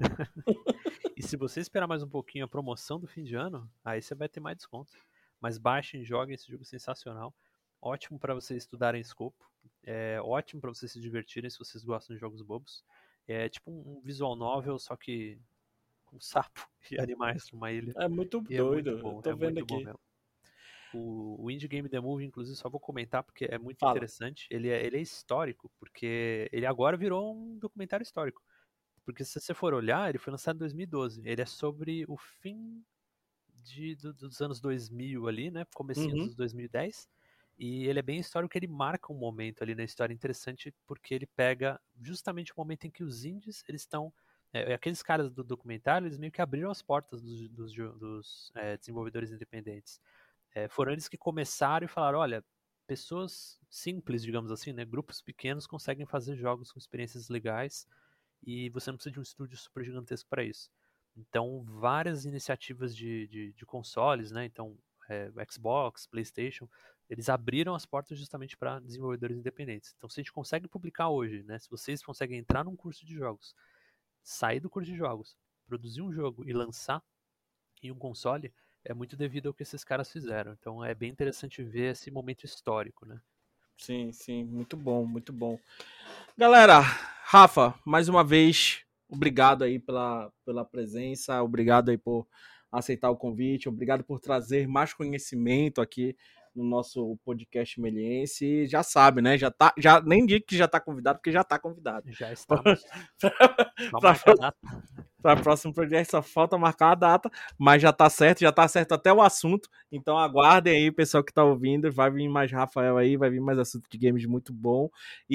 Speaker 3: E se você esperar mais um pouquinho a promoção do fim de ano, aí você vai ter mais desconto. Mas baixem, joguem esse jogo sensacional. Ótimo para vocês estudarem escopo. É ótimo para vocês se divertirem se vocês gostam de jogos bobos. É tipo um visual novel, só que com sapo e animais numa ilha.
Speaker 1: É muito
Speaker 3: e
Speaker 1: doido,
Speaker 3: é muito bom,
Speaker 1: tô
Speaker 3: é
Speaker 1: vendo
Speaker 3: muito
Speaker 1: aqui.
Speaker 3: bom mesmo. O, o Indie Game The Movie, inclusive, só vou comentar porque é muito
Speaker 1: Fala.
Speaker 3: interessante. Ele é, ele é histórico, porque ele agora virou um documentário histórico. Porque se você for olhar, ele foi lançado em dois mil e doze. Ele é sobre o fim de, do, dos anos dois mil ali, né? Comecinho
Speaker 1: Uhum.
Speaker 3: dos dois mil e dez. E ele é bem histórico, ele marca um momento ali na história interessante, porque ele pega justamente o momento em que os indies, eles estão... É, aqueles caras do documentário, eles meio que abriram as portas dos, dos, dos é, desenvolvedores independentes. É, foram eles que começaram e falaram, olha, pessoas simples, digamos assim, né? Grupos pequenos conseguem fazer jogos com experiências legais e você não precisa de um estúdio super gigantesco para isso. Então, várias iniciativas de, de, de consoles, né? Então, é, Xbox, PlayStation, eles abriram as portas justamente para desenvolvedores independentes. Então, se a gente consegue publicar hoje, né? Se vocês conseguem entrar num curso de jogos, sair do curso de jogos, produzir um jogo e lançar em um console, é muito devido ao que esses caras fizeram. Então, é bem interessante ver esse momento histórico, né?
Speaker 1: Sim, sim, muito bom, muito bom. Galera, Rafa, mais uma vez, obrigado aí pela, pela presença, obrigado aí por aceitar o convite, obrigado por trazer mais conhecimento aqui no nosso podcast meliense. E já sabe, né? Já tá, já, nem digo que já tá convidado, porque já tá convidado.
Speaker 3: Já estamos. Só
Speaker 1: Pra-
Speaker 3: marca a data.
Speaker 1: Para o próximo projeto só falta marcar a data, mas já tá certo, já tá certo até o assunto. Então aguardem aí, pessoal que tá ouvindo. Vai vir mais Rafael aí, vai vir mais assunto de games muito bom.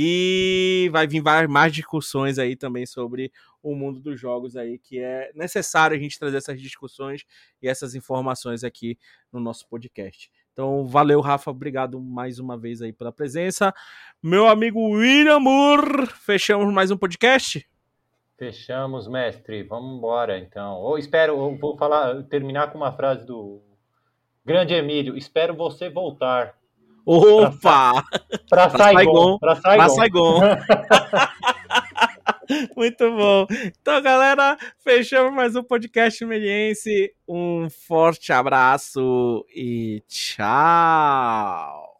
Speaker 1: E vai vir mais discussões aí também sobre o mundo dos jogos aí, que é necessário a gente trazer essas discussões e essas informações aqui no nosso podcast. Então, valeu, Rafa. Obrigado mais uma vez aí pela presença. Meu amigo William Moore, fechamos mais um podcast?
Speaker 2: Fechamos, mestre. Vamos embora, então. Ou espero, eu vou falar, terminar com uma frase do grande Emílio. Espero você voltar.
Speaker 1: Opa!
Speaker 2: Para Saigon. Para Saigon.
Speaker 1: Pra Saigon. Muito bom. Então, galera, fechamos mais um podcast meliense. Um forte abraço e tchau.